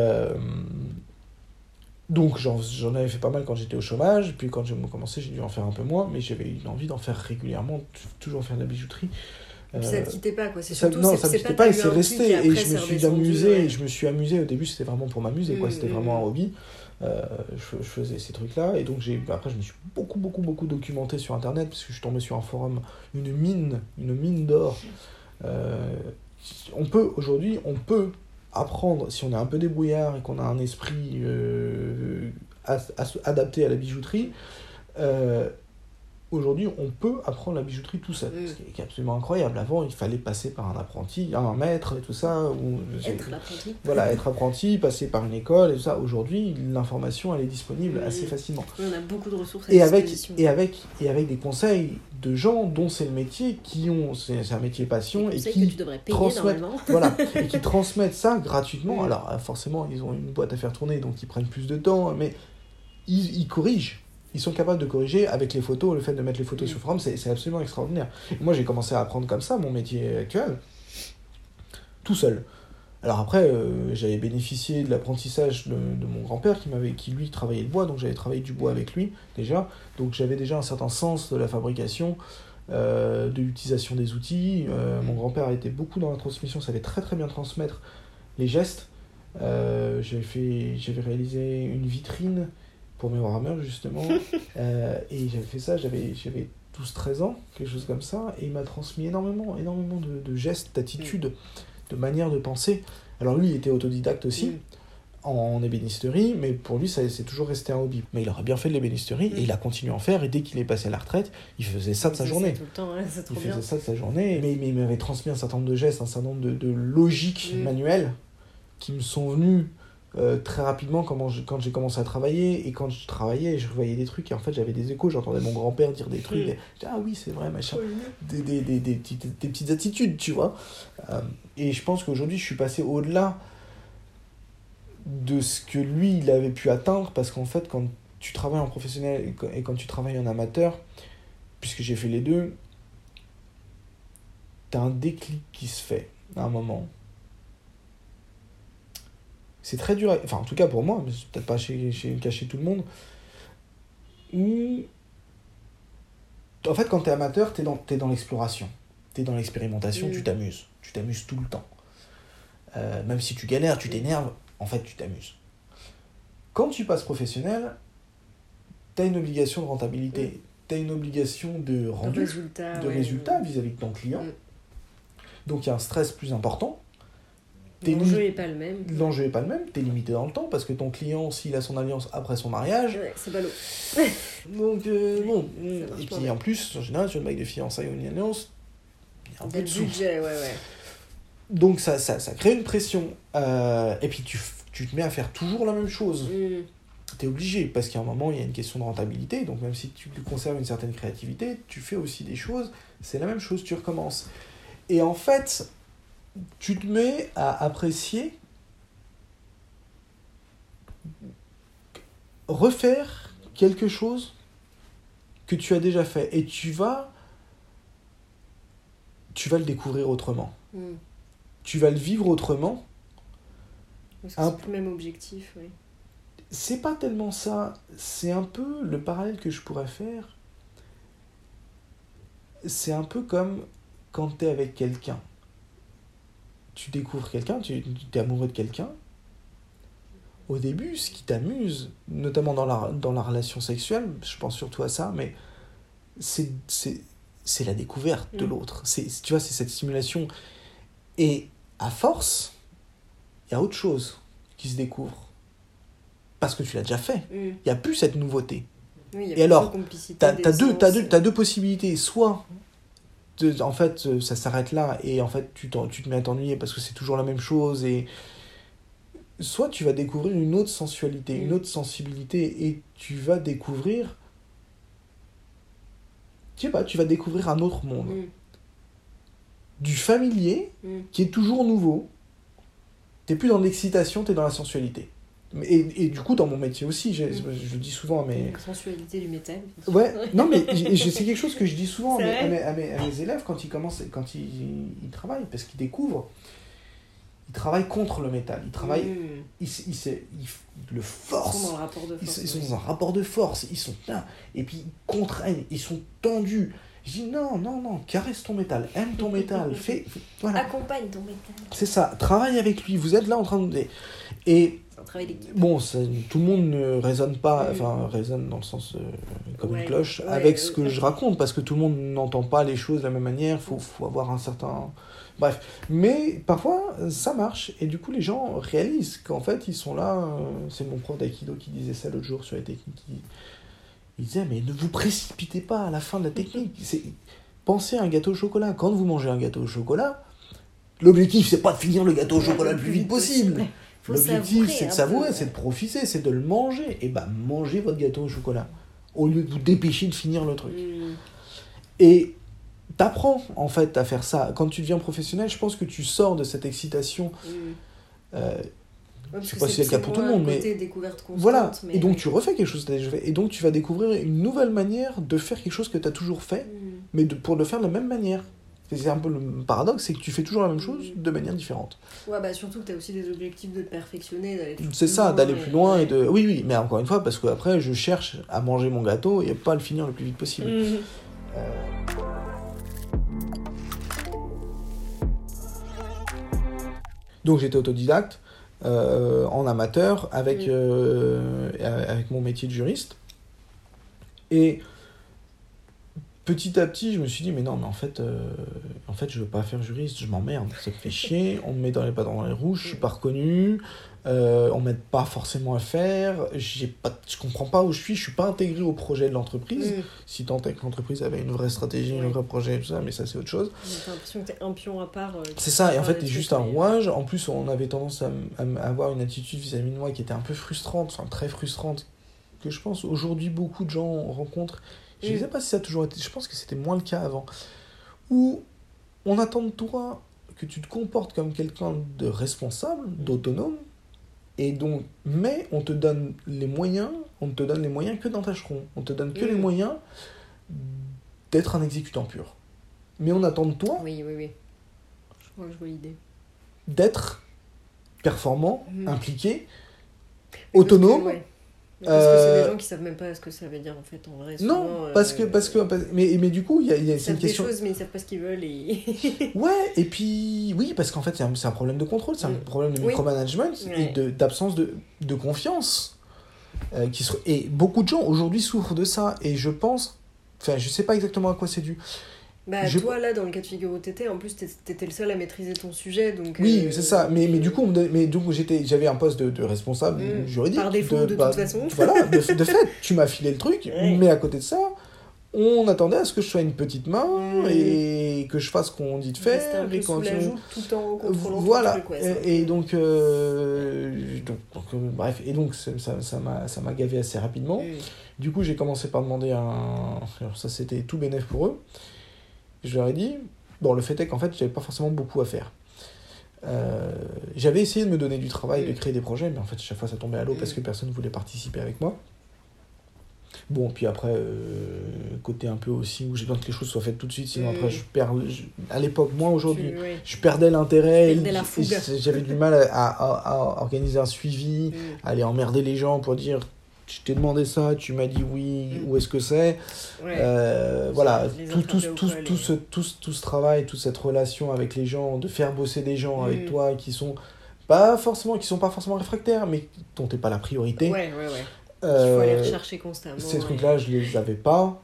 donc j'en avais fait pas mal quand j'étais au chômage, puis quand j'ai commencé, j'ai dû en faire un peu moins, mais j'avais eu envie d'en faire régulièrement, toujours faire de la bijouterie. Puis ça te quittait pas, quoi. C'est surtout, ça me quittait pas, et c'est resté. Et je me suis amusé. Au début, c'était vraiment pour m'amuser, quoi. C'était vraiment un hobby. Je faisais ces trucs-là. Et donc, après, je me suis beaucoup documenté sur Internet, parce que je suis tombé sur un forum, une mine d'or. Aujourd'hui, on peut apprendre, si on est un peu débrouillard et qu'on a un esprit adapté à la bijouterie. Aujourd'hui, on peut apprendre la bijouterie tout seul, ce qui est absolument incroyable. Avant, il fallait passer par un apprenti, un maître et tout ça. Être l'apprenti. Voilà, être apprenti, passer par une école et tout ça. Aujourd'hui, l'information, elle est disponible assez facilement. On a beaucoup de ressources à disposition. Et avec des conseils de gens dont c'est le métier, c'est un métier passion, et qui que tu devrais payer normalement. Voilà, et qui transmettent ça gratuitement. Alors, forcément, ils ont une boîte à faire tourner, donc ils prennent plus de temps, mais ils corrigent. Ils sont capables de corriger avec les photos. Le fait de mettre les photos sur forum, c'est absolument extraordinaire. Et moi, j'ai commencé à apprendre comme ça mon métier actuel, tout seul. Alors après, j'avais bénéficié de l'apprentissage de mon grand-père qui lui travaillait le bois, donc j'avais travaillé du bois avec lui déjà. Donc j'avais déjà un certain sens de la fabrication, de l'utilisation des outils. Mon grand-père était beaucoup dans la transmission, savait très très bien transmettre les gestes. J'avais réalisé une vitrine pour mes Warhammer, justement, et j'avais fait ça, j'avais 12-13 ans, quelque chose comme ça, et il m'a transmis énormément de gestes, d'attitudes, de manières de penser. Alors lui, il était autodidacte aussi, en ébénisterie, mais pour lui, c'est toujours resté un hobby. Mais il aurait bien fait de l'ébénisterie, et il a continué à en faire, et dès qu'il est passé à la retraite, il faisait ça de sa journée. Tout le temps, ouais, c'est trop bien. Il faisait ça de sa journée, mais il m'avait transmis un certain nombre de gestes, un certain nombre de logiques manuelles, qui me sont venues très rapidement quand j'ai commencé à travailler, et quand je travaillais, je voyais des trucs et en fait j'avais des échos, j'entendais mon grand-père dire des trucs, et je disais, ah oui c'est vrai, machin, des petites attitudes, tu vois. Et je pense qu'aujourd'hui je suis passé au-delà de ce que lui il avait pu atteindre, parce qu'en fait quand tu travailles en professionnel et quand tu travailles en amateur, puisque j'ai fait les deux, t'as un déclic qui se fait à un moment. C'est très dur, enfin en tout cas pour moi, mais c'est peut-être pas chez tout le monde, où en fait quand t'es amateur, t'es dans l'exploration, t'es dans l'expérimentation, tu t'amuses tout le temps. Même si tu galères, tu t'énerves, en fait tu t'amuses. Quand tu passes professionnel, t'as une obligation de rentabilité, t'as une obligation de rendu, de résultat vis-à-vis de ton client, donc il y a un stress plus important. L'enjeu n'est pas le même. L'enjeu n'est pas le même, t'es limité dans le temps, parce que ton client, s'il a son alliance après son mariage... c'est ballot. Donc, bon. Et puis en plus, en général, sur le bail de fiançailles ou une alliance, il y a un peu de budget, Donc ça crée une pression. Et puis tu te mets à faire toujours la même chose. T'es obligé, parce qu'à un moment, il y a une question de rentabilité, donc même si tu conserves une certaine créativité, tu fais aussi des choses, c'est la même chose, tu recommences. Et en fait... tu te mets à apprécier refaire quelque chose que tu as déjà fait, et tu vas le découvrir autrement. Tu vas le vivre autrement. Parce que c'est plus le même objectif, oui. c'est pas tellement ça. C'est un peu le parallèle que je pourrais faire. C'est un peu comme quand t'es avec quelqu'un. Tu découvres quelqu'un, tu es amoureux de quelqu'un. Au début, ce qui t'amuse, notamment dans la relation sexuelle, je pense surtout à ça, mais c'est la découverte de l'autre. Tu vois, c'est cette stimulation. Et à force, il y a autre chose qui se découvre. Parce que tu l'as déjà fait. Il n'y a plus cette nouveauté. Oui, et alors, t'as deux possibilités. Soit, en fait, ça s'arrête là et en fait, tu te mets à t'ennuyer parce que c'est toujours la même chose. Et soit tu vas découvrir une autre sensualité, une autre sensibilité et tu vas découvrir... Je sais pas, tu vas découvrir un autre monde. Du familier qui est toujours nouveau. T'es plus dans l'excitation, t'es dans la sensualité. Et du coup, dans mon métier aussi, je le dis souvent à mes... La sensualité du métal. Ouais, non, mais c'est quelque chose que je dis souvent à mes élèves quand ils commencent, quand ils travaillent, parce qu'ils découvrent. Ils travaillent contre le métal. Ils travaillent... le force. Ils sont dans le rapport de force. Ils sont dans un rapport de force. Ils sont là. Et puis, ils contraignent. Ils sont tendus. Je dis non, caresse ton métal. Aime ton métal. Voilà. Accompagne ton métal. C'est ça. Travaille avec lui. Vous êtes là en train de... Et... Bon, tout le monde ne résonne pas, résonne dans le sens comme une cloche, avec ce que je raconte, parce que tout le monde n'entend pas les choses de la même manière, faut avoir un certain... Bref, mais parfois, ça marche, et du coup, les gens réalisent qu'en fait, ils sont là, c'est mon prof d'aïkido qui disait ça l'autre jour sur les techniques, il disait, mais ne vous précipitez pas à la fin de la technique, pensez à un gâteau au chocolat, quand vous mangez un gâteau au chocolat, l'objectif, c'est pas de finir le gâteau au chocolat le plus vite possible. L'objectif, c'est de savourer, c'est de profiter, c'est de le manger. Et mangez votre gâteau au chocolat. Au lieu de vous dépêcher de finir le truc. Et t'apprends, en fait, à faire ça. Quand tu deviens professionnel, je pense que tu sors de cette excitation. Je sais pas si c'est le cas pour tout le monde, mais... découverte constante, voilà. Et donc, tu refais quelque chose que tu as déjà fait. Et donc, tu vas découvrir une nouvelle manière de faire quelque chose que tu as toujours fait, mais pour le faire de la même manière. C'est un peu le paradoxe, c'est que tu fais toujours la même chose de manière différente. Ouais, surtout que tu as aussi des objectifs de te perfectionner, d'aller plus loin. C'est ça, d'aller plus loin et de... Oui, mais encore une fois, parce qu'après, je cherche à manger mon gâteau et à pas le finir le plus vite possible. Donc j'étais autodidacte, en amateur, avec mon métier de juriste. Et... petit à petit, je me suis dit, mais en fait, je veux pas faire juriste, je m'emmerde, ça me fait chier, on me met pas dans les rouges, je suis pas reconnu, on m'aide pas forcément à faire, je comprends pas où je suis pas intégré au projet de l'entreprise, si tant est que l'entreprise avait une vraie stratégie, un vrai projet, tout ça, mais ça c'est autre chose. T'as l'impression que t'es un pion à part. C'est ça, et en fait t'es juste un rouage, en plus on avait tendance à avoir une attitude vis-à-vis de moi qui était un peu frustrante, très frustrante, que je pense aujourd'hui beaucoup de gens rencontrent. Je ne sais pas si ça a toujours été... Je pense que c'était moins le cas avant. Où on attend de toi que tu te comportes comme quelqu'un de responsable, d'autonome, et donc... Mais on te donne les moyens que d'un tâcheron. On te donne que les moyens d'être un exécutant pur. Mais on attend de toi... Oui. Je vois l'idée. D'être performant, impliqué, autonome... Parce que c'est des gens qui savent même pas ce que ça veut dire en fait en vrai. Non, souvent, mais du coup, c'est une question. Ils savent des choses, mais ils savent pas ce qu'ils veulent. Ouais, et puis, oui, parce qu'en fait, c'est un problème de contrôle, c'est un problème de micromanagement et d'absence de confiance. Et beaucoup de gens aujourd'hui souffrent de ça, et je pense. Enfin, je sais pas exactement à quoi c'est dû. Toi, là, dans le cas de figure où t'étais, en plus, t'étais le seul à maîtriser ton sujet, donc... Oui, c'est ça, mais du coup, j'avais un poste de responsable juridique. Par défaut, de toute façon. Voilà, de fait, tu m'as filé le truc, mais à côté de ça, on attendait à ce que je sois une petite main, et que je fasse ce qu'on dit de faire. C'était un peu sous la joue, tout en contrôlant voilà. tout le truc, et donc, bref, et donc, ça m'a gavé assez rapidement. Du coup, j'ai commencé par demander alors ça, c'était tout bénef pour eux. Je leur ai dit, le fait est qu'en fait, j'avais pas forcément beaucoup à faire. J'avais essayé de me donner du travail, de créer des projets, mais en fait, chaque fois, ça tombait à l'eau parce que personne ne voulait participer avec moi. Bon, puis après, côté un peu aussi où j'ai besoin que les choses soient faites tout de suite, sinon après je perds. À l'époque, moi aujourd'hui, je perdais l'intérêt, j'avais du mal à organiser un suivi, à aller emmerder les gens pour dire je t'ai demandé ça, tu m'as dit oui, où est-ce que c'est voilà, tout ce travail, toute cette relation avec les gens, de faire bosser des gens avec toi qui sont pas forcément réfractaires, mais dont t'es pas la priorité. Il faut aller rechercher constamment. Ces trucs-là, je les avais pas.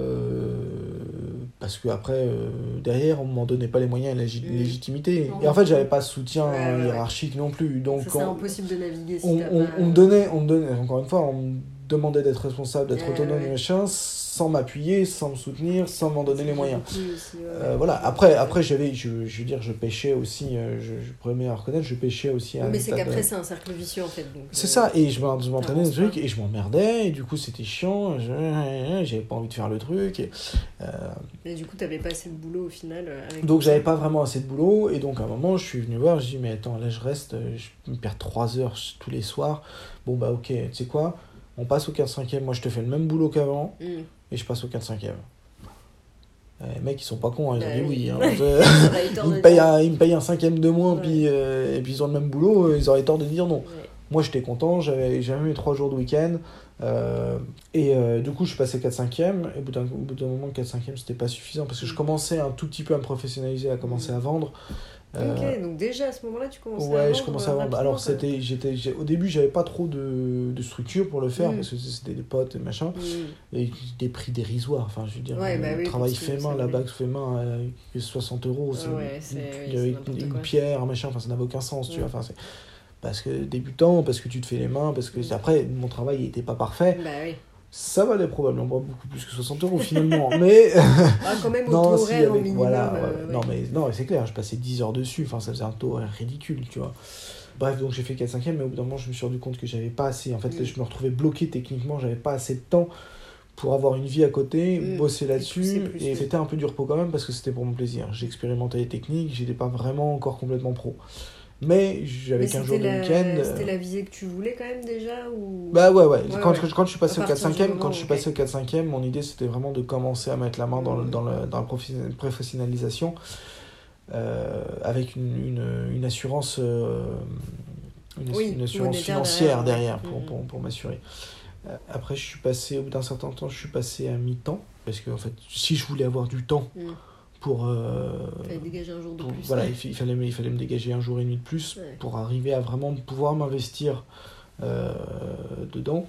Parce que après, derrière, on m'en donnait pas les moyens et la légitimité. Et en fait, j'avais pas de soutien hiérarchique non plus. Donc, ça, c'est impossible de naviguer. On me donnait, encore une fois, on me demandait d'être responsable, d'être autonome et machin, sans m'appuyer, sans me soutenir, sans m'en donner les moyens. Voilà. Après je veux dire, je pêchais aussi, je pourrais à reconnaître, je pêchais aussi. Mais c'est qu'après, c'est un cercle vicieux en fait. Donc, c'est ça, et je m'entraînais des trucs et je m'emmerdais, et du coup c'était chiant, j'avais pas envie de faire le truc. Et du coup, t'avais pas assez de boulot au final. Donc j'avais pas vraiment assez de boulot, et donc à un moment je suis venu voir, je dis mais attends, là je reste, je me perds 3 heures tous les soirs. Bon bah ok, tu sais quoi, on passe au 4-5e, moi je te fais le même boulot qu'avant, et je passe au 4-5e. Les mecs ils sont pas cons, ils ont dit oui. Hein. Ils me payent un 5e de moins, et puis ils ont le même boulot, ils auraient tort de dire non. Moi j'étais content, j'avais mes 3 jours de week-end, du coup je suis passé 4-5e, et au bout d'un moment 4-5e c'était pas suffisant, parce que je commençais un tout petit peu à me professionnaliser, à commencer à vendre. Ok, donc déjà à ce moment-là tu commençais à vendre. Ouais, je commençais à vendre. Alors au début j'avais pas trop de structure pour le faire, parce que c'était des potes et machin, et des prix dérisoires. Enfin, je veux dire, le travail fait main, la bague fait main, 60 €, il y avait une pierre, machin, enfin ça n'avait aucun sens, tu vois. Enfin, c'est parce que débutant, parce que tu te fais les mains, parce que après mon travail était pas parfait. Ça valait probablement beaucoup plus que 60 € finalement, mais quand même au taux horaire au minimum. Voilà, non, c'est clair, je passais 10 heures dessus, enfin ça faisait un taux horaire ridicule, tu vois. Bref, donc j'ai fait 4-5e, mais au bout d'un moment je me suis rendu compte que j'avais pas assez, en fait là, je me retrouvais bloqué techniquement, j'avais pas assez de temps pour avoir une vie à côté, bosser là-dessus, et c'était un peu du repos quand même, parce que c'était pour mon plaisir. J'expérimentais les techniques, j'étais pas vraiment encore complètement pro. Mais j'avais 15 jours de week-end. C'était la visée que tu voulais quand même déjà ou... Bah ouais. Quand je suis passé au 4-5e, mon idée c'était vraiment de commencer à mettre la main dans la professionnalisation, avec une assurance, une assurance financière derrière pour m'assurer. Après je suis passé, au bout d'un certain temps, je suis passé à mi-temps, parce que en fait, si je voulais avoir du temps pour il fallait dégager un jour de plus. Voilà, il fallait me dégager un jour et demi de plus pour arriver à vraiment pouvoir m'investir dedans.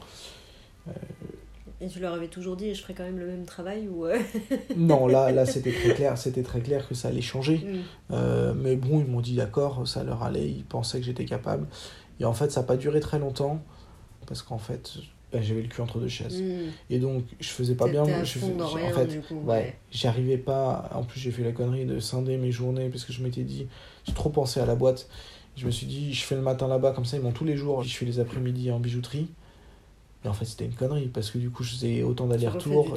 Et tu leur avais toujours dit, je ferais quand même le même travail ou Non, là c'était très clair que ça allait changer. Mais bon, ils m'ont dit d'accord, ça leur allait, ils pensaient que j'étais capable. Et en fait, ça n'a pas duré très longtemps, parce qu'en fait, j'avais le cul entre deux chaises. Et donc, je faisais pas bien. J'arrivais pas. En plus, j'ai fait la connerie de scinder mes journées, parce que je m'étais dit, j'ai trop pensé à la boîte. Je me suis dit, je fais le matin là-bas, comme ça, ils m'ont tous les jours. Je fais les après-midi en bijouterie. Et en fait, c'était une connerie, parce que du coup, je faisais autant d'allers-retours.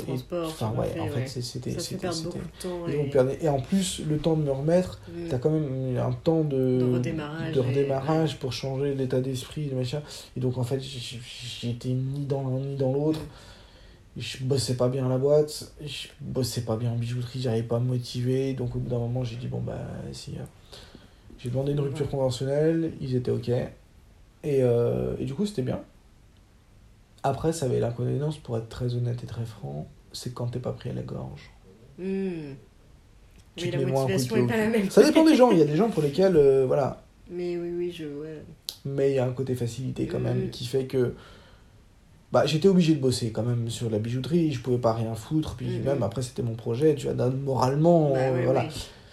Et en plus, le temps de me remettre, t'as quand même un temps de redémarrage pour changer l'état d'esprit, de machin. Et donc, en fait, j'étais ni dans l'un ni dans l'autre. Je bossais pas bien à la boîte, je bossais pas bien en bijouterie, j'arrivais pas à me motiver. Donc, au bout d'un moment, j'ai dit, bon, bah, si. J'ai demandé une rupture conventionnelle, ils étaient OK. Et du coup, c'était bien. Après, ça avait l'inconvénient, pour être très honnête et très franc, c'est quand t'es pas pris à la gorge. Mais la motivation n'est pas la même. Ça dépend des gens, il y a des gens pour lesquels, voilà. Mais oui, Mais il y a un côté facilité quand même, qui fait que j'étais obligé de bosser quand même sur la bijouterie, je pouvais pas rien foutre, puis même après c'était mon projet, tu vois, moralement, voilà.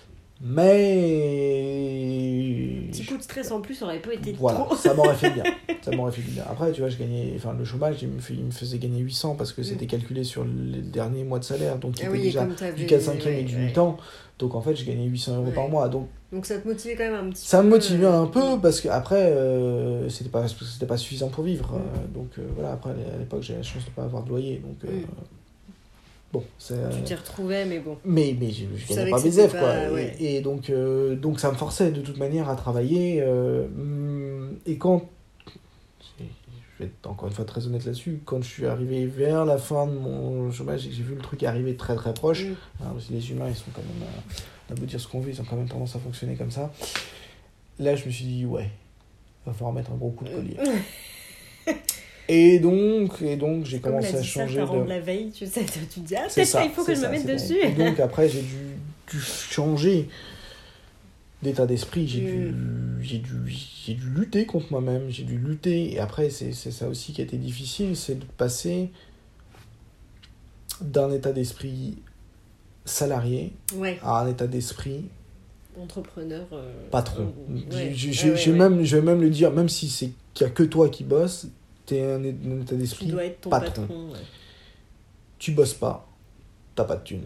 Mais petit coup de stress en plus, ça aurait pas été trop. Ça m'aurait fait bien. Après, tu vois, je gagnais, le chômage, il me faisait gagner 800 parce que c'était calculé sur les derniers mois de salaire, donc il était déjà du 4-5e et du mi-temps. Donc en fait, je gagnais 800 € par mois. Donc ça te motivait quand même un petit peu. Ça me motivait un peu parce que après, c'était pas suffisant pour vivre. Donc voilà, après à l'époque, j'avais la chance de pas avoir de loyer, donc. Bon, tu t'y retrouvais, mais bon. Mais je gagnais pas mes F, quoi. Et donc ça me forçait de toute manière à travailler. Et quand... vais être encore une fois très honnête là-dessus, quand je suis arrivé vers la fin de mon chômage et que j'ai vu le truc arriver très très proche, parce que les humains, ils sont quand même, on a beau dire ce qu'on veut, ils ont quand même tendance à fonctionner comme ça. Là, je me suis dit, ouais, il va falloir mettre un gros coup de collier. Et donc j'ai commencé à changer de la veille, tu sais, tu te dis ah c'est ça, il faut que je me mette dessus. Et donc après j'ai dû changer d'état d'esprit, j'ai dû lutter contre moi-même, j'ai dû lutter, et après c'est ça aussi qui a été difficile, c'est de passer d'un état d'esprit salarié à un état d'esprit entrepreneur, patron. Je vais même le dire, même si c'est qu'il n'y a que toi qui bosses, t'es un état d'esprit tu dois être ton patron. Tu bosses pas, t'as pas de thune.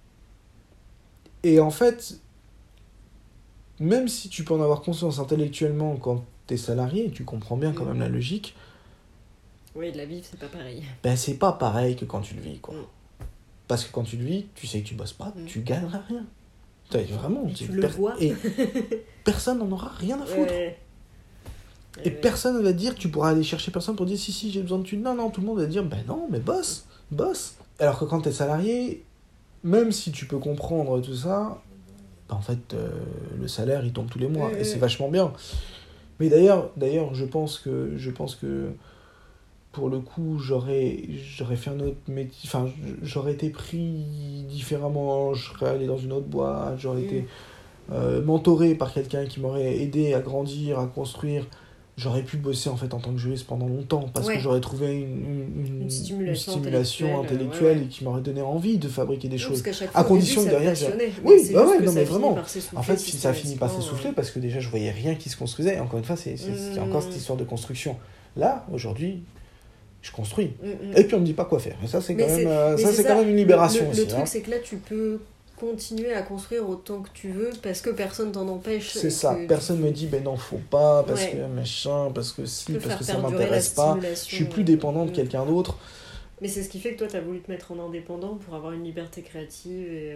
Et en fait, même si tu peux en avoir conscience intellectuellement quand t'es salarié, tu comprends bien quand même la logique. Oui, de la vivre, c'est pas pareil. Ben, c'est pas pareil que quand tu le vis, quoi. Parce que quand tu le vis, tu sais que tu bosses pas, tu gagneras rien. Vraiment, tu le vois. Et personne n'en aura rien à foutre. Et personne ne va dire, tu pourras aller chercher personne pour dire si j'ai besoin de thunes. Non, tout le monde va dire ben non, mais bosse. Alors que quand t'es salarié, même si tu peux comprendre tout ça, ben en fait le salaire il tombe tous les mois et c'est vachement bien. Mais d'ailleurs je pense que pour le coup j'aurais fait un autre métier, enfin j'aurais été pris différemment, je serais allé dans une autre boîte, j'aurais été mentoré par quelqu'un qui m'aurait aidé à grandir, à construire. J'aurais pu bosser en fait en tant que juriste pendant longtemps parce que j'aurais trouvé une stimulation intellectuelle et qui m'aurait donné envie de fabriquer des choses. À condition que derrière non mais vraiment. En fait, si ça finit par s'essouffler parce que déjà je voyais rien qui se construisait. Encore une fois, c'est encore cette histoire de construction. Là, aujourd'hui, je construis. Et puis on me dit pas quoi faire. Et ça c'est quand même une libération aussi. Le truc c'est que là tu peux continuer à construire autant que tu veux parce que personne t'en empêche. C'est ça, personne me dit ben non faut pas parce que machin, parce que si, parce que ça m'intéresse pas, je suis plus dépendant de quelqu'un d'autre. Mais c'est ce qui fait que toi t'as voulu te mettre en indépendant pour avoir une liberté créative et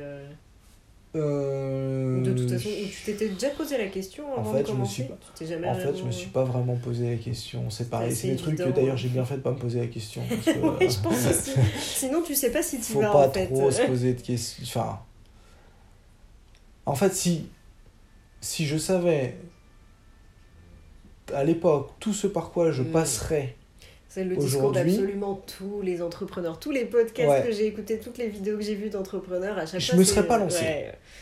de toute façon, tu t'étais déjà posé la question avant de commencer. Je me suis pas vraiment posé la question. C'est pareil, c'est des trucs que d'ailleurs j'ai bien fait de pas me poser la question. Parce que, je pense aussi. Sinon tu sais pas si tu vas en fait. Faut pas trop se poser de questions. Enfin, en fait, si je savais à l'époque tout ce par quoi je passerais. C'est le discours d'absolument tous les entrepreneurs, tous les podcasts que j'ai écoutés, toutes les vidéos que j'ai vues d'entrepreneurs, à chaque fois. Je me serais pas lancé.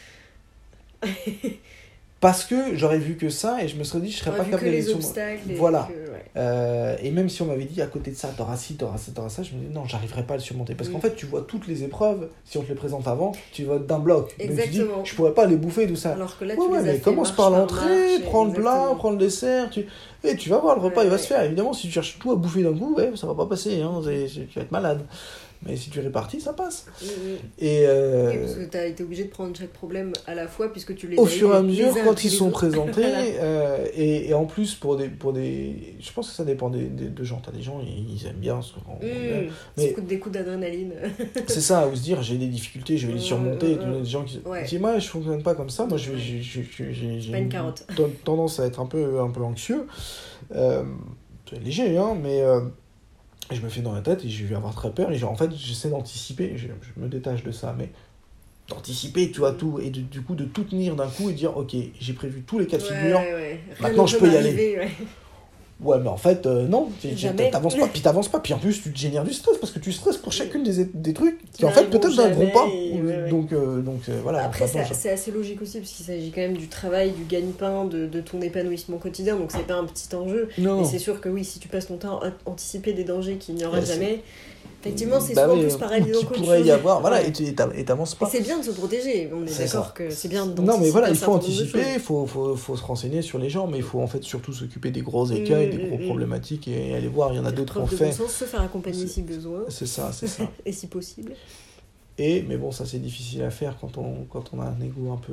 Parce que j'aurais vu que ça et je me serais dit je serais pas capable d'aller sur voilà. Et même si on m'avait dit à côté de ça t'auras ci, t'auras ça, je me dis non, j'arriverai pas à le surmonter parce qu'en fait tu vois toutes les épreuves, si on te les présente avant, tu vas d'un bloc. Exactement. Donc tu dis je pourrais pas les bouffer tout ça. Alors que là tu les as mais fait commence par l'entrée, prends le plat, prends le dessert, et tu vas voir le repas il va se faire. Évidemment si tu cherches tout à bouffer d'un coup, ça va pas passer, hein, tu vas être malade. Mais si tu répartis, ça passe. Et parce que tu as été obligé de prendre chaque problème à la fois, puisque tu les au fur et à mesure, quand ils sont présentés. Et en plus, pour des... Je pense que ça dépend de gens. Tu as des gens, ils aiment bien ce mais des coups d'adrénaline. C'est ça, ou se dire, j'ai des difficultés, je vais les surmonter. Des gens qui disent, moi, je fonctionne pas comme ça. Moi, j'ai pas une carotte. Tendance à être un peu anxieux. C'est léger, hein, mais... je me fais dans la tête et je vais avoir très peur et en fait j'essaie d'anticiper, je me détache de ça, mais d'anticiper tu vois tout et du coup de tout tenir d'un coup et dire ok j'ai prévu tous les cas de figure, maintenant je peux y aller. Ouais mais en fait non, t'avances pas, puis en plus tu te génères du stress parce que tu stresses pour chacune des trucs qui en fait peut-être n'arriveront pas. Donc voilà. Après c'est assez logique aussi parce qu'il s'agit quand même du travail, du gagne-pain, de ton épanouissement quotidien, donc c'est pas un petit enjeu. Non. Et c'est sûr que oui, si tu passes ton temps à anticiper des dangers qu'il n'y aura jamais, effectivement c'est souvent plus paralysant qu'autre chose. Il pourrait y avoir, voilà, et t'avances pas. Et c'est bien de se protéger, on est d'accord que c'est bien d'anticiper. Non mais voilà, il faut anticiper, il faut se renseigner sur les gens, mais il faut en fait surtout s'occuper des gros écueils, des gros problématiques et aller voir, il y en a d'autres qu'on fait. Bon sens, se faire accompagner si besoin. C'est ça. Et si possible. Mais bon, ça c'est difficile à faire quand on a un ego un peu...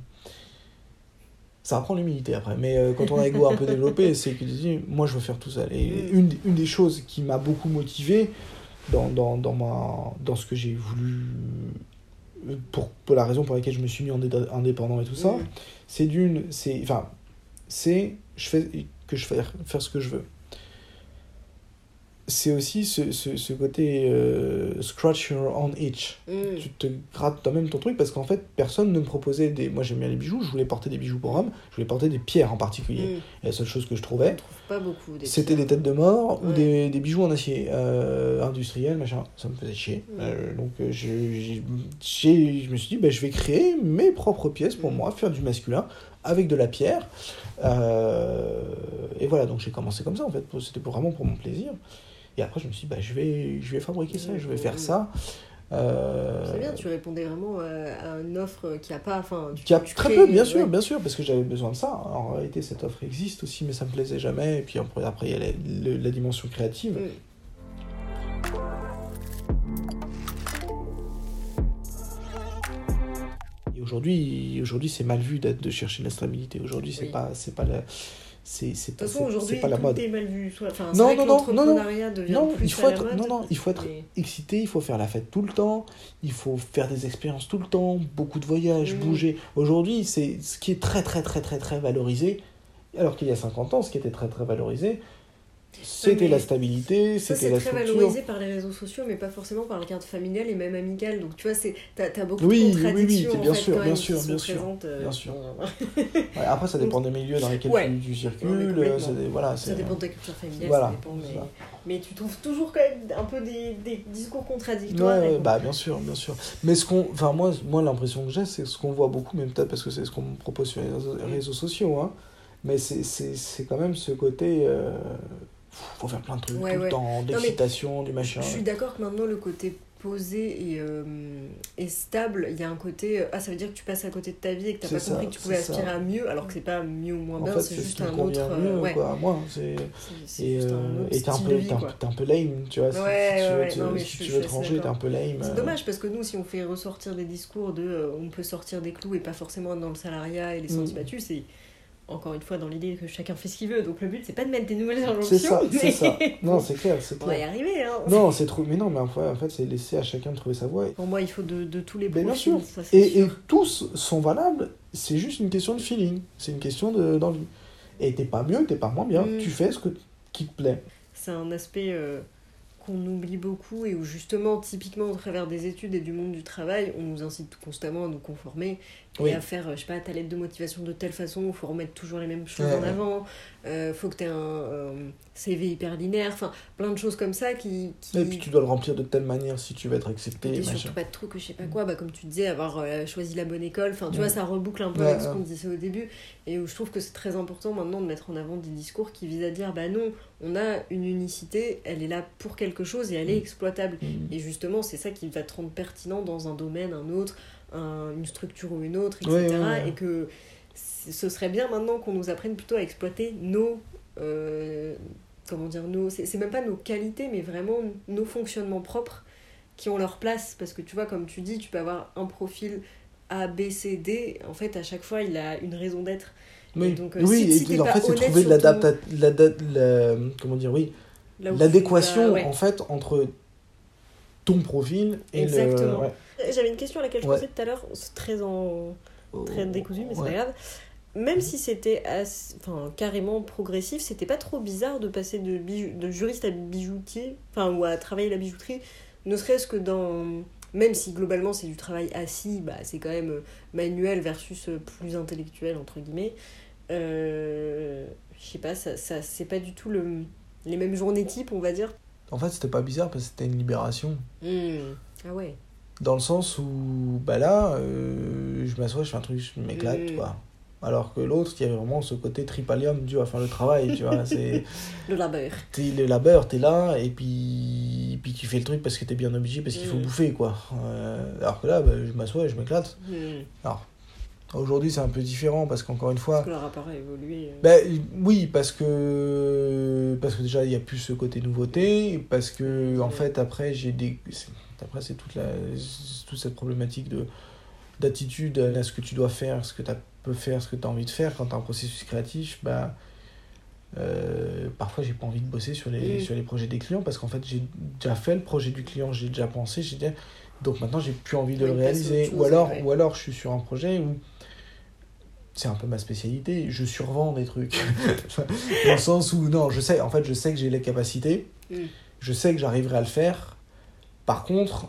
Ça apprend l'humilité après, mais quand on a un ego un peu développé, c'est que moi je veux faire tout seul. Et une des choses qui m'a beaucoup motivé dans ce que j'ai voulu, pour la raison pour laquelle je me suis mis indépendant et tout ça, c'est je fais faire ce que je veux. c'est aussi ce côté scratch your own itch. Tu te grattes toi-même ton truc parce qu'en fait, personne ne me proposait des... Moi, j'aime bien les bijoux, je voulais porter des bijoux pour hommes, je voulais porter des pierres en particulier. Et la seule chose que je trouvais, pas beaucoup, c'était des têtes de mort ou des bijoux en acier industriel, machin. Ça me faisait chier. Donc, je me suis dit, je vais créer mes propres pièces pour moi, faire du masculin avec de la pierre. Et voilà, donc j'ai commencé comme ça, en fait. C'était vraiment pour mon plaisir. Et après, je me suis dit, je vais fabriquer ça, je vais faire ça. C'est bien, tu répondais vraiment à une offre qui a pas... Qui a très peu, bien sûr, parce que j'avais besoin de ça. En réalité, cette offre existe aussi, mais ça me plaisait jamais. Et puis après, il y a la dimension créative. Et aujourd'hui, c'est mal vu de chercher la stabilité. Aujourd'hui, c'est pas la... C'est pas la mode. Est mal vu. Non, il faut être excité, il faut faire la fête tout le temps, il faut faire des expériences tout le temps, beaucoup de voyages, bouger. Aujourd'hui, c'est ce qui est très très très très très valorisé, alors qu'il y a 50 ans, ce qui était très très valorisé, c'était la stabilité, c'était la structure. C'est très valorisé par les réseaux sociaux, mais pas forcément par le cadre familial et même amical. Donc tu vois, t'as beaucoup de contradictions bien sûr. Après, ça dépend des milieux dans lesquels tu circules. Ça dépend de ta culture familiale, mais tu trouves toujours quand même un peu des discours contradictoires. Bien sûr. Mais moi, l'impression que j'ai, c'est ce qu'on voit beaucoup, même peut-être parce que c'est ce qu'on me propose sur les réseaux sociaux, hein. Mais c'est quand même ce côté... faut faire plein de trucs tout le temps, d'excitation, du machin. Je suis d'accord que maintenant le côté posé et stable, il y a un côté ça veut dire que tu passes à côté de ta vie et que t'as pas compris que tu pouvais aspirer à mieux, alors que c'est pas mieux ou moins bien, c'est juste un autre moi et t'es un peu lame, tu vois, si tu veux te ranger, t'es un peu lame. C'est dommage parce que nous, si on fait ressortir des discours de on peut sortir des clous et pas forcément dans le salariat et les sentiers battus, c'est encore une fois dans l'idée que chacun fait ce qu'il veut, donc le but c'est pas de mettre des nouvelles injonctions, c'est ça. Non, c'est clair. On va y arriver, hein. Non, c'est trop, mais en fait c'est laisser à chacun de trouver sa voie. Pour moi, il faut de tous les profils, bien sûr. Ça, et tous sont valables, c'est juste une question de feeling, c'est une question d'envie. Et t'es pas mieux, t'es pas moins bien, tu fais ce qui te plaît. C'est un aspect qu'on oublie beaucoup et où justement, typiquement au travers des études et du monde du travail, on nous incite constamment à nous conformer et à faire, ta lettre de motivation de telle façon, il faut remettre toujours les mêmes choses en avant, faut que tu aies un CV hyper linéaire, plein de choses comme ça qui... Et puis tu dois le remplir de telle manière si tu veux être accepté. Et surtout pas de trucs, je sais pas quoi, comme tu disais, avoir choisi la bonne école, tu vois, ça reboucle un peu avec ce qu'on disait au début, et où je trouve que c'est très important maintenant de mettre en avant des discours qui visent à dire, non, on a une unicité, elle est là pour quelque chose et elle est exploitable. Et justement, c'est ça qui va te rendre pertinent dans un domaine, un autre, une structure ou une autre, etc. Et que ce serait bien maintenant qu'on nous apprenne plutôt à exploiter nos... c'est même pas nos qualités, mais vraiment nos fonctionnements propres qui ont leur place. Parce que tu vois, comme tu dis, tu peux avoir un profil A, B, C, D. En fait, à chaque fois, il a une raison d'être. Oui, et donc, si en fait, c'est trouver l'adéquation en fait entre ton profil et exactement. J'avais une question à laquelle je pensais tout à l'heure, c'est très décousu, mais c'est pas grave. Même si c'était carrément progressif, c'était pas trop bizarre de passer de juriste à bijoutier, ou à travailler la bijouterie, ne serait-ce que dans... Même si globalement c'est du travail assis, c'est quand même manuel versus plus intellectuel, entre guillemets. Je sais pas, ça c'est pas du tout les mêmes journées types, on va dire. En fait, c'était pas bizarre parce que c'était une libération. Ah ouais. Dans le sens où, là, je m'assois, je fais un truc, je m'éclate, quoi. Alors que l'autre, il y avait vraiment ce côté tripalium, tu vois, le travail, tu vois, c'est... Le labeur, t'es là, et puis tu fais le truc parce que t'es bien obligé, parce qu'il faut bouffer, quoi. Alors que là, je m'assois et je m'éclate. Alors, aujourd'hui, c'est un peu différent, parce qu'encore une fois... Parce que le rapport a évolué. Oui, parce que déjà, il n'y a plus ce côté nouveauté, parce que, en fait, après, Après, c'est toute cette problématique d'attitude à ce que tu dois faire, ce que tu peux faire, ce que tu as envie de faire. Quand tu as un processus créatif, parfois, j'ai pas envie de bosser sur les projets des clients parce qu'en fait, j'ai déjà fait le projet du client, j'ai déjà pensé, donc maintenant, j'ai plus envie de le réaliser. Ou alors, je suis sur un projet où c'est un peu ma spécialité, je survends des trucs. Dans le sens où, non, je sais que j'ai les capacités. je sais que j'arriverai à le faire. Par contre,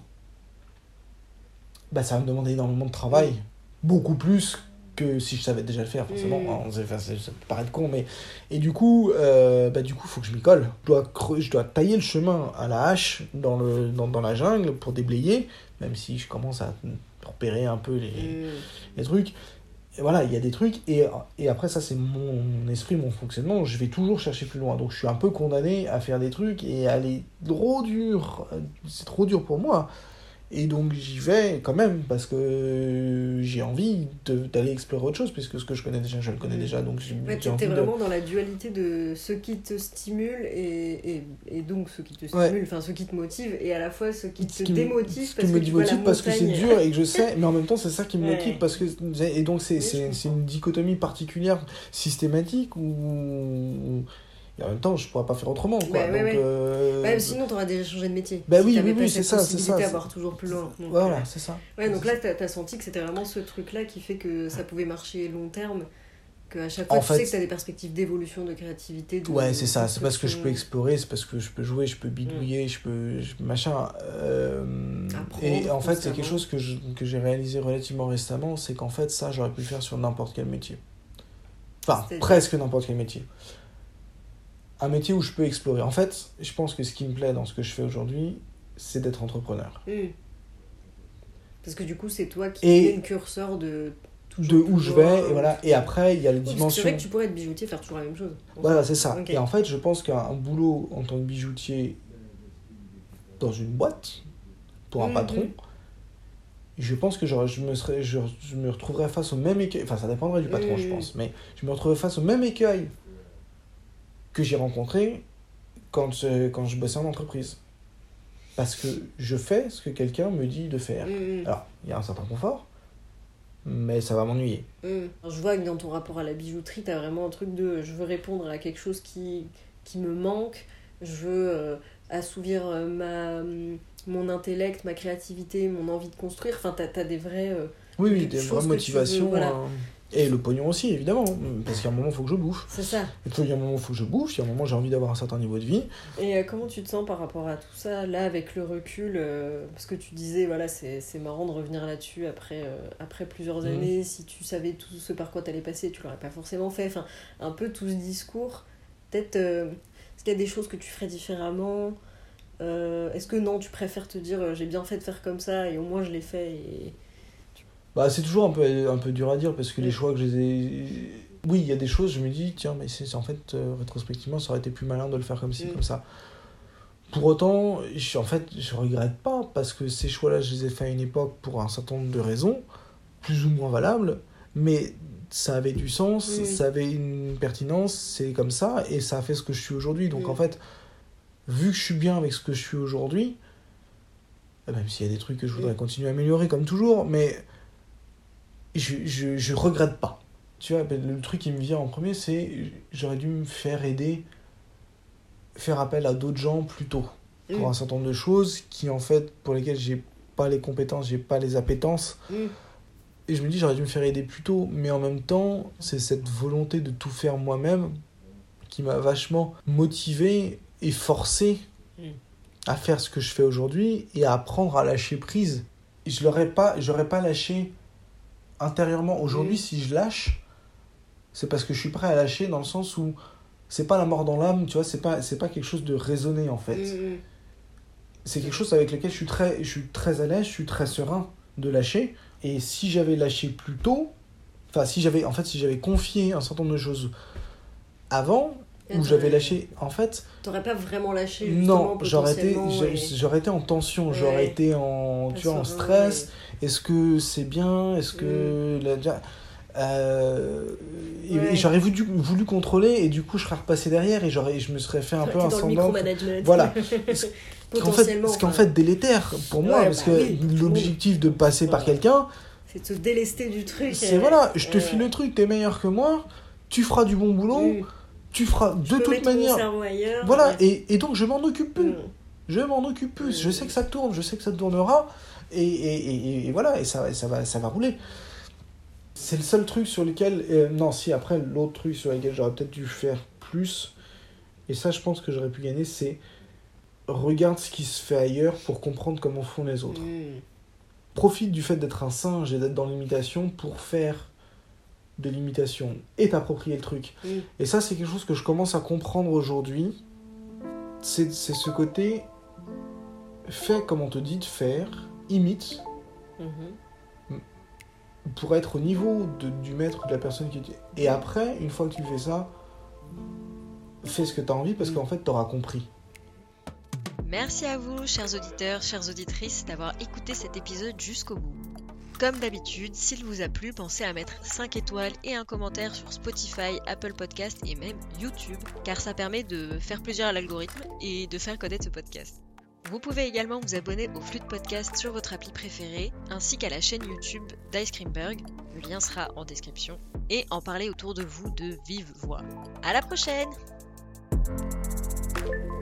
ça va me demander énormément de travail, beaucoup plus que si je savais déjà le faire, forcément. Ça peut paraître con, mais... Et du coup, faut que je m'y colle. Je dois tailler le chemin à la hache dans la jungle pour déblayer, même si je commence à repérer un peu les trucs. Et voilà, il y a des trucs, et après ça c'est mon esprit, mon fonctionnement, je vais toujours chercher plus loin. Donc je suis un peu condamné à faire des trucs et à aller trop dur, c'est trop dur pour moi. Et donc j'y vais quand même, parce que j'ai envie d'aller explorer autre chose, puisque ce que je connais déjà, je le connais déjà. Donc t'es vraiment dans la dualité de ce qui te stimule et donc ce qui te stimule, enfin ce qui te motive, et à la fois ce qui te démotive, parce que tu vois la montagne. Parce que c'est dur et que je sais, mais en même temps c'est ça qui me motive, parce que... Et donc c'est une dichotomie particulière, systématique, où... Et en même temps, je pourrais pas faire autrement, quoi. Sinon, t'aurais déjà changé de métier. Oui, c'est ça. À voir toujours plus loin. Donc, voilà, c'est ça. Donc là, t'as senti que c'était vraiment ce truc-là qui fait que ça pouvait marcher long terme, qu'à chaque fois, tu sais que t'as des perspectives d'évolution, de créativité. C'est ça. C'est parce que je peux explorer, c'est parce que je peux jouer, je peux bidouiller, je peux... machin. Et en fait, c'est quelque chose que j'ai réalisé relativement récemment, c'est qu'en fait, ça, j'aurais pu le faire sur n'importe quel métier. Enfin, presque n'importe quel métier. Un métier où je peux explorer. En fait, je pense que ce qui me plaît dans ce que je fais aujourd'hui, c'est d'être entrepreneur. Parce que du coup, c'est toi qui es le curseur de où je vais, et voilà. Et après, il y a les dimensions... C'est vrai que tu pourrais être bijoutier, faire toujours la même chose. Voilà, c'est ça. Okay. Et en fait, je pense qu'un boulot en tant que bijoutier dans une boîte, pour un patron, je pense que je me retrouverais face au même écueil. Enfin, ça dépendrait du patron, je pense. Mais je me retrouverais face au même écueil que j'ai rencontré quand je bossais en entreprise. Parce que je fais ce que quelqu'un me dit de faire. Alors, il y a un certain confort, mais ça va m'ennuyer. Je vois que dans ton rapport à la bijouterie, t'as vraiment un truc de... Je veux répondre à quelque chose qui me manque, je veux assouvir mon intellect, ma créativité, mon envie de construire. Enfin, t'as des vraies... des vraies motivations. Et le pognon aussi, évidemment, parce qu'à un moment, il faut que je bouffe. C'est ça. Il y a un moment, il faut que je bouffe, il y a un moment, j'ai envie d'avoir un certain niveau de vie. Et comment tu te sens par rapport à tout ça, là, avec le recul parce que tu disais, voilà, c'est marrant de revenir là-dessus après plusieurs années. Si tu savais tout ce par quoi t'allais passer, tu l'aurais pas forcément fait. Enfin, un peu tout ce discours. Peut-être, est-ce qu'il y a des choses que tu ferais différemment est-ce que non, tu préfères te dire, j'ai bien fait de faire comme ça, et au moins je l'ai fait et... c'est toujours un peu dur à dire, parce que les choix que je les ai... Oui, il y a des choses, je me dis, tiens, mais c'est en fait, rétrospectivement, ça aurait été plus malin de le faire comme ci, comme ça. Pour autant, je regrette pas, parce que ces choix-là, je les ai faits à une époque pour un certain nombre de raisons, plus ou moins valables, mais ça avait du sens, ça avait une pertinence, c'est comme ça, et ça a fait ce que je suis aujourd'hui. Donc en fait, vu que je suis bien avec ce que je suis aujourd'hui, même s'il y a des trucs que je voudrais continuer à améliorer, comme toujours, mais... Je regrette pas. Tu vois, le truc qui me vient en premier, c'est j'aurais dû me faire aider, faire appel à d'autres gens plus tôt pour un certain nombre de choses qui, en fait, pour lesquelles j'ai pas les compétences, j'ai pas les appétences. Et je me dis, j'aurais dû me faire aider plus tôt, mais en même temps, c'est cette volonté de tout faire moi-même qui m'a vachement motivé et forcé à faire ce que je fais aujourd'hui et à apprendre à lâcher prise. Et j'aurais pas lâché intérieurement. Aujourd'hui, si je lâche, c'est parce que je suis prêt à lâcher, dans le sens où c'est pas la mort dans l'âme, tu vois, c'est pas quelque chose de raisonné, en fait. C'est quelque chose avec lequel je suis très à l'aise, je suis très serein de lâcher. Et si j'avais lâché plus tôt, si j'avais confié un certain nombre de choses avant, où j'avais lâché, en fait... T'aurais pas vraiment lâché, justement, potentiellement. Non, j'aurais été en tension, j'aurais été en stress. Est-ce que c'est bien? Est-ce que... et j'aurais voulu contrôler, et du coup, je serais repassé derrière, et je me serais fait un peu un semblant... micromanagement. Voilà. Ce qu'en fait, délétère pour moi, parce que l'objectif de passer par quelqu'un... C'est de se délester du truc. C'est je te file le truc, t'es meilleur que moi, tu feras du bon boulot... Tu feras de toute manière. Ailleurs, voilà, et donc je m'en occupe plus. Je m'en occupe plus. Je sais que ça tourne, je sais que ça tournera, et voilà, et ça va rouler. C'est le seul truc sur lequel. Après, l'autre truc sur lequel j'aurais peut-être dû faire plus, et ça, je pense que j'aurais pu gagner, c'est regarde ce qui se fait ailleurs pour comprendre comment font les autres. Profite du fait d'être un singe et d'être dans l'imitation pour faire de l'imitation et t'approprier le truc. Et ça, c'est quelque chose que je commence à comprendre aujourd'hui. C'est ce côté, fais comme on te dit de faire, imite, pour être au niveau du maître, de la personne qui... Et après, une fois que tu fais ça, fais ce que tu as envie, parce qu'en fait, tu auras compris. Merci à vous, chers auditeurs, chères auditrices, d'avoir écouté cet épisode jusqu'au bout. Comme d'habitude, s'il vous a plu, pensez à mettre 5 étoiles et un commentaire sur Spotify, Apple Podcast et même YouTube, car ça permet de faire plaisir à l'algorithme et de faire connaître ce podcast. Vous pouvez également vous abonner au flux de podcast sur votre appli préférée, ainsi qu'à la chaîne YouTube d'Ice Creamberg, le lien sera en description, et en parler autour de vous de vive voix. À la prochaine!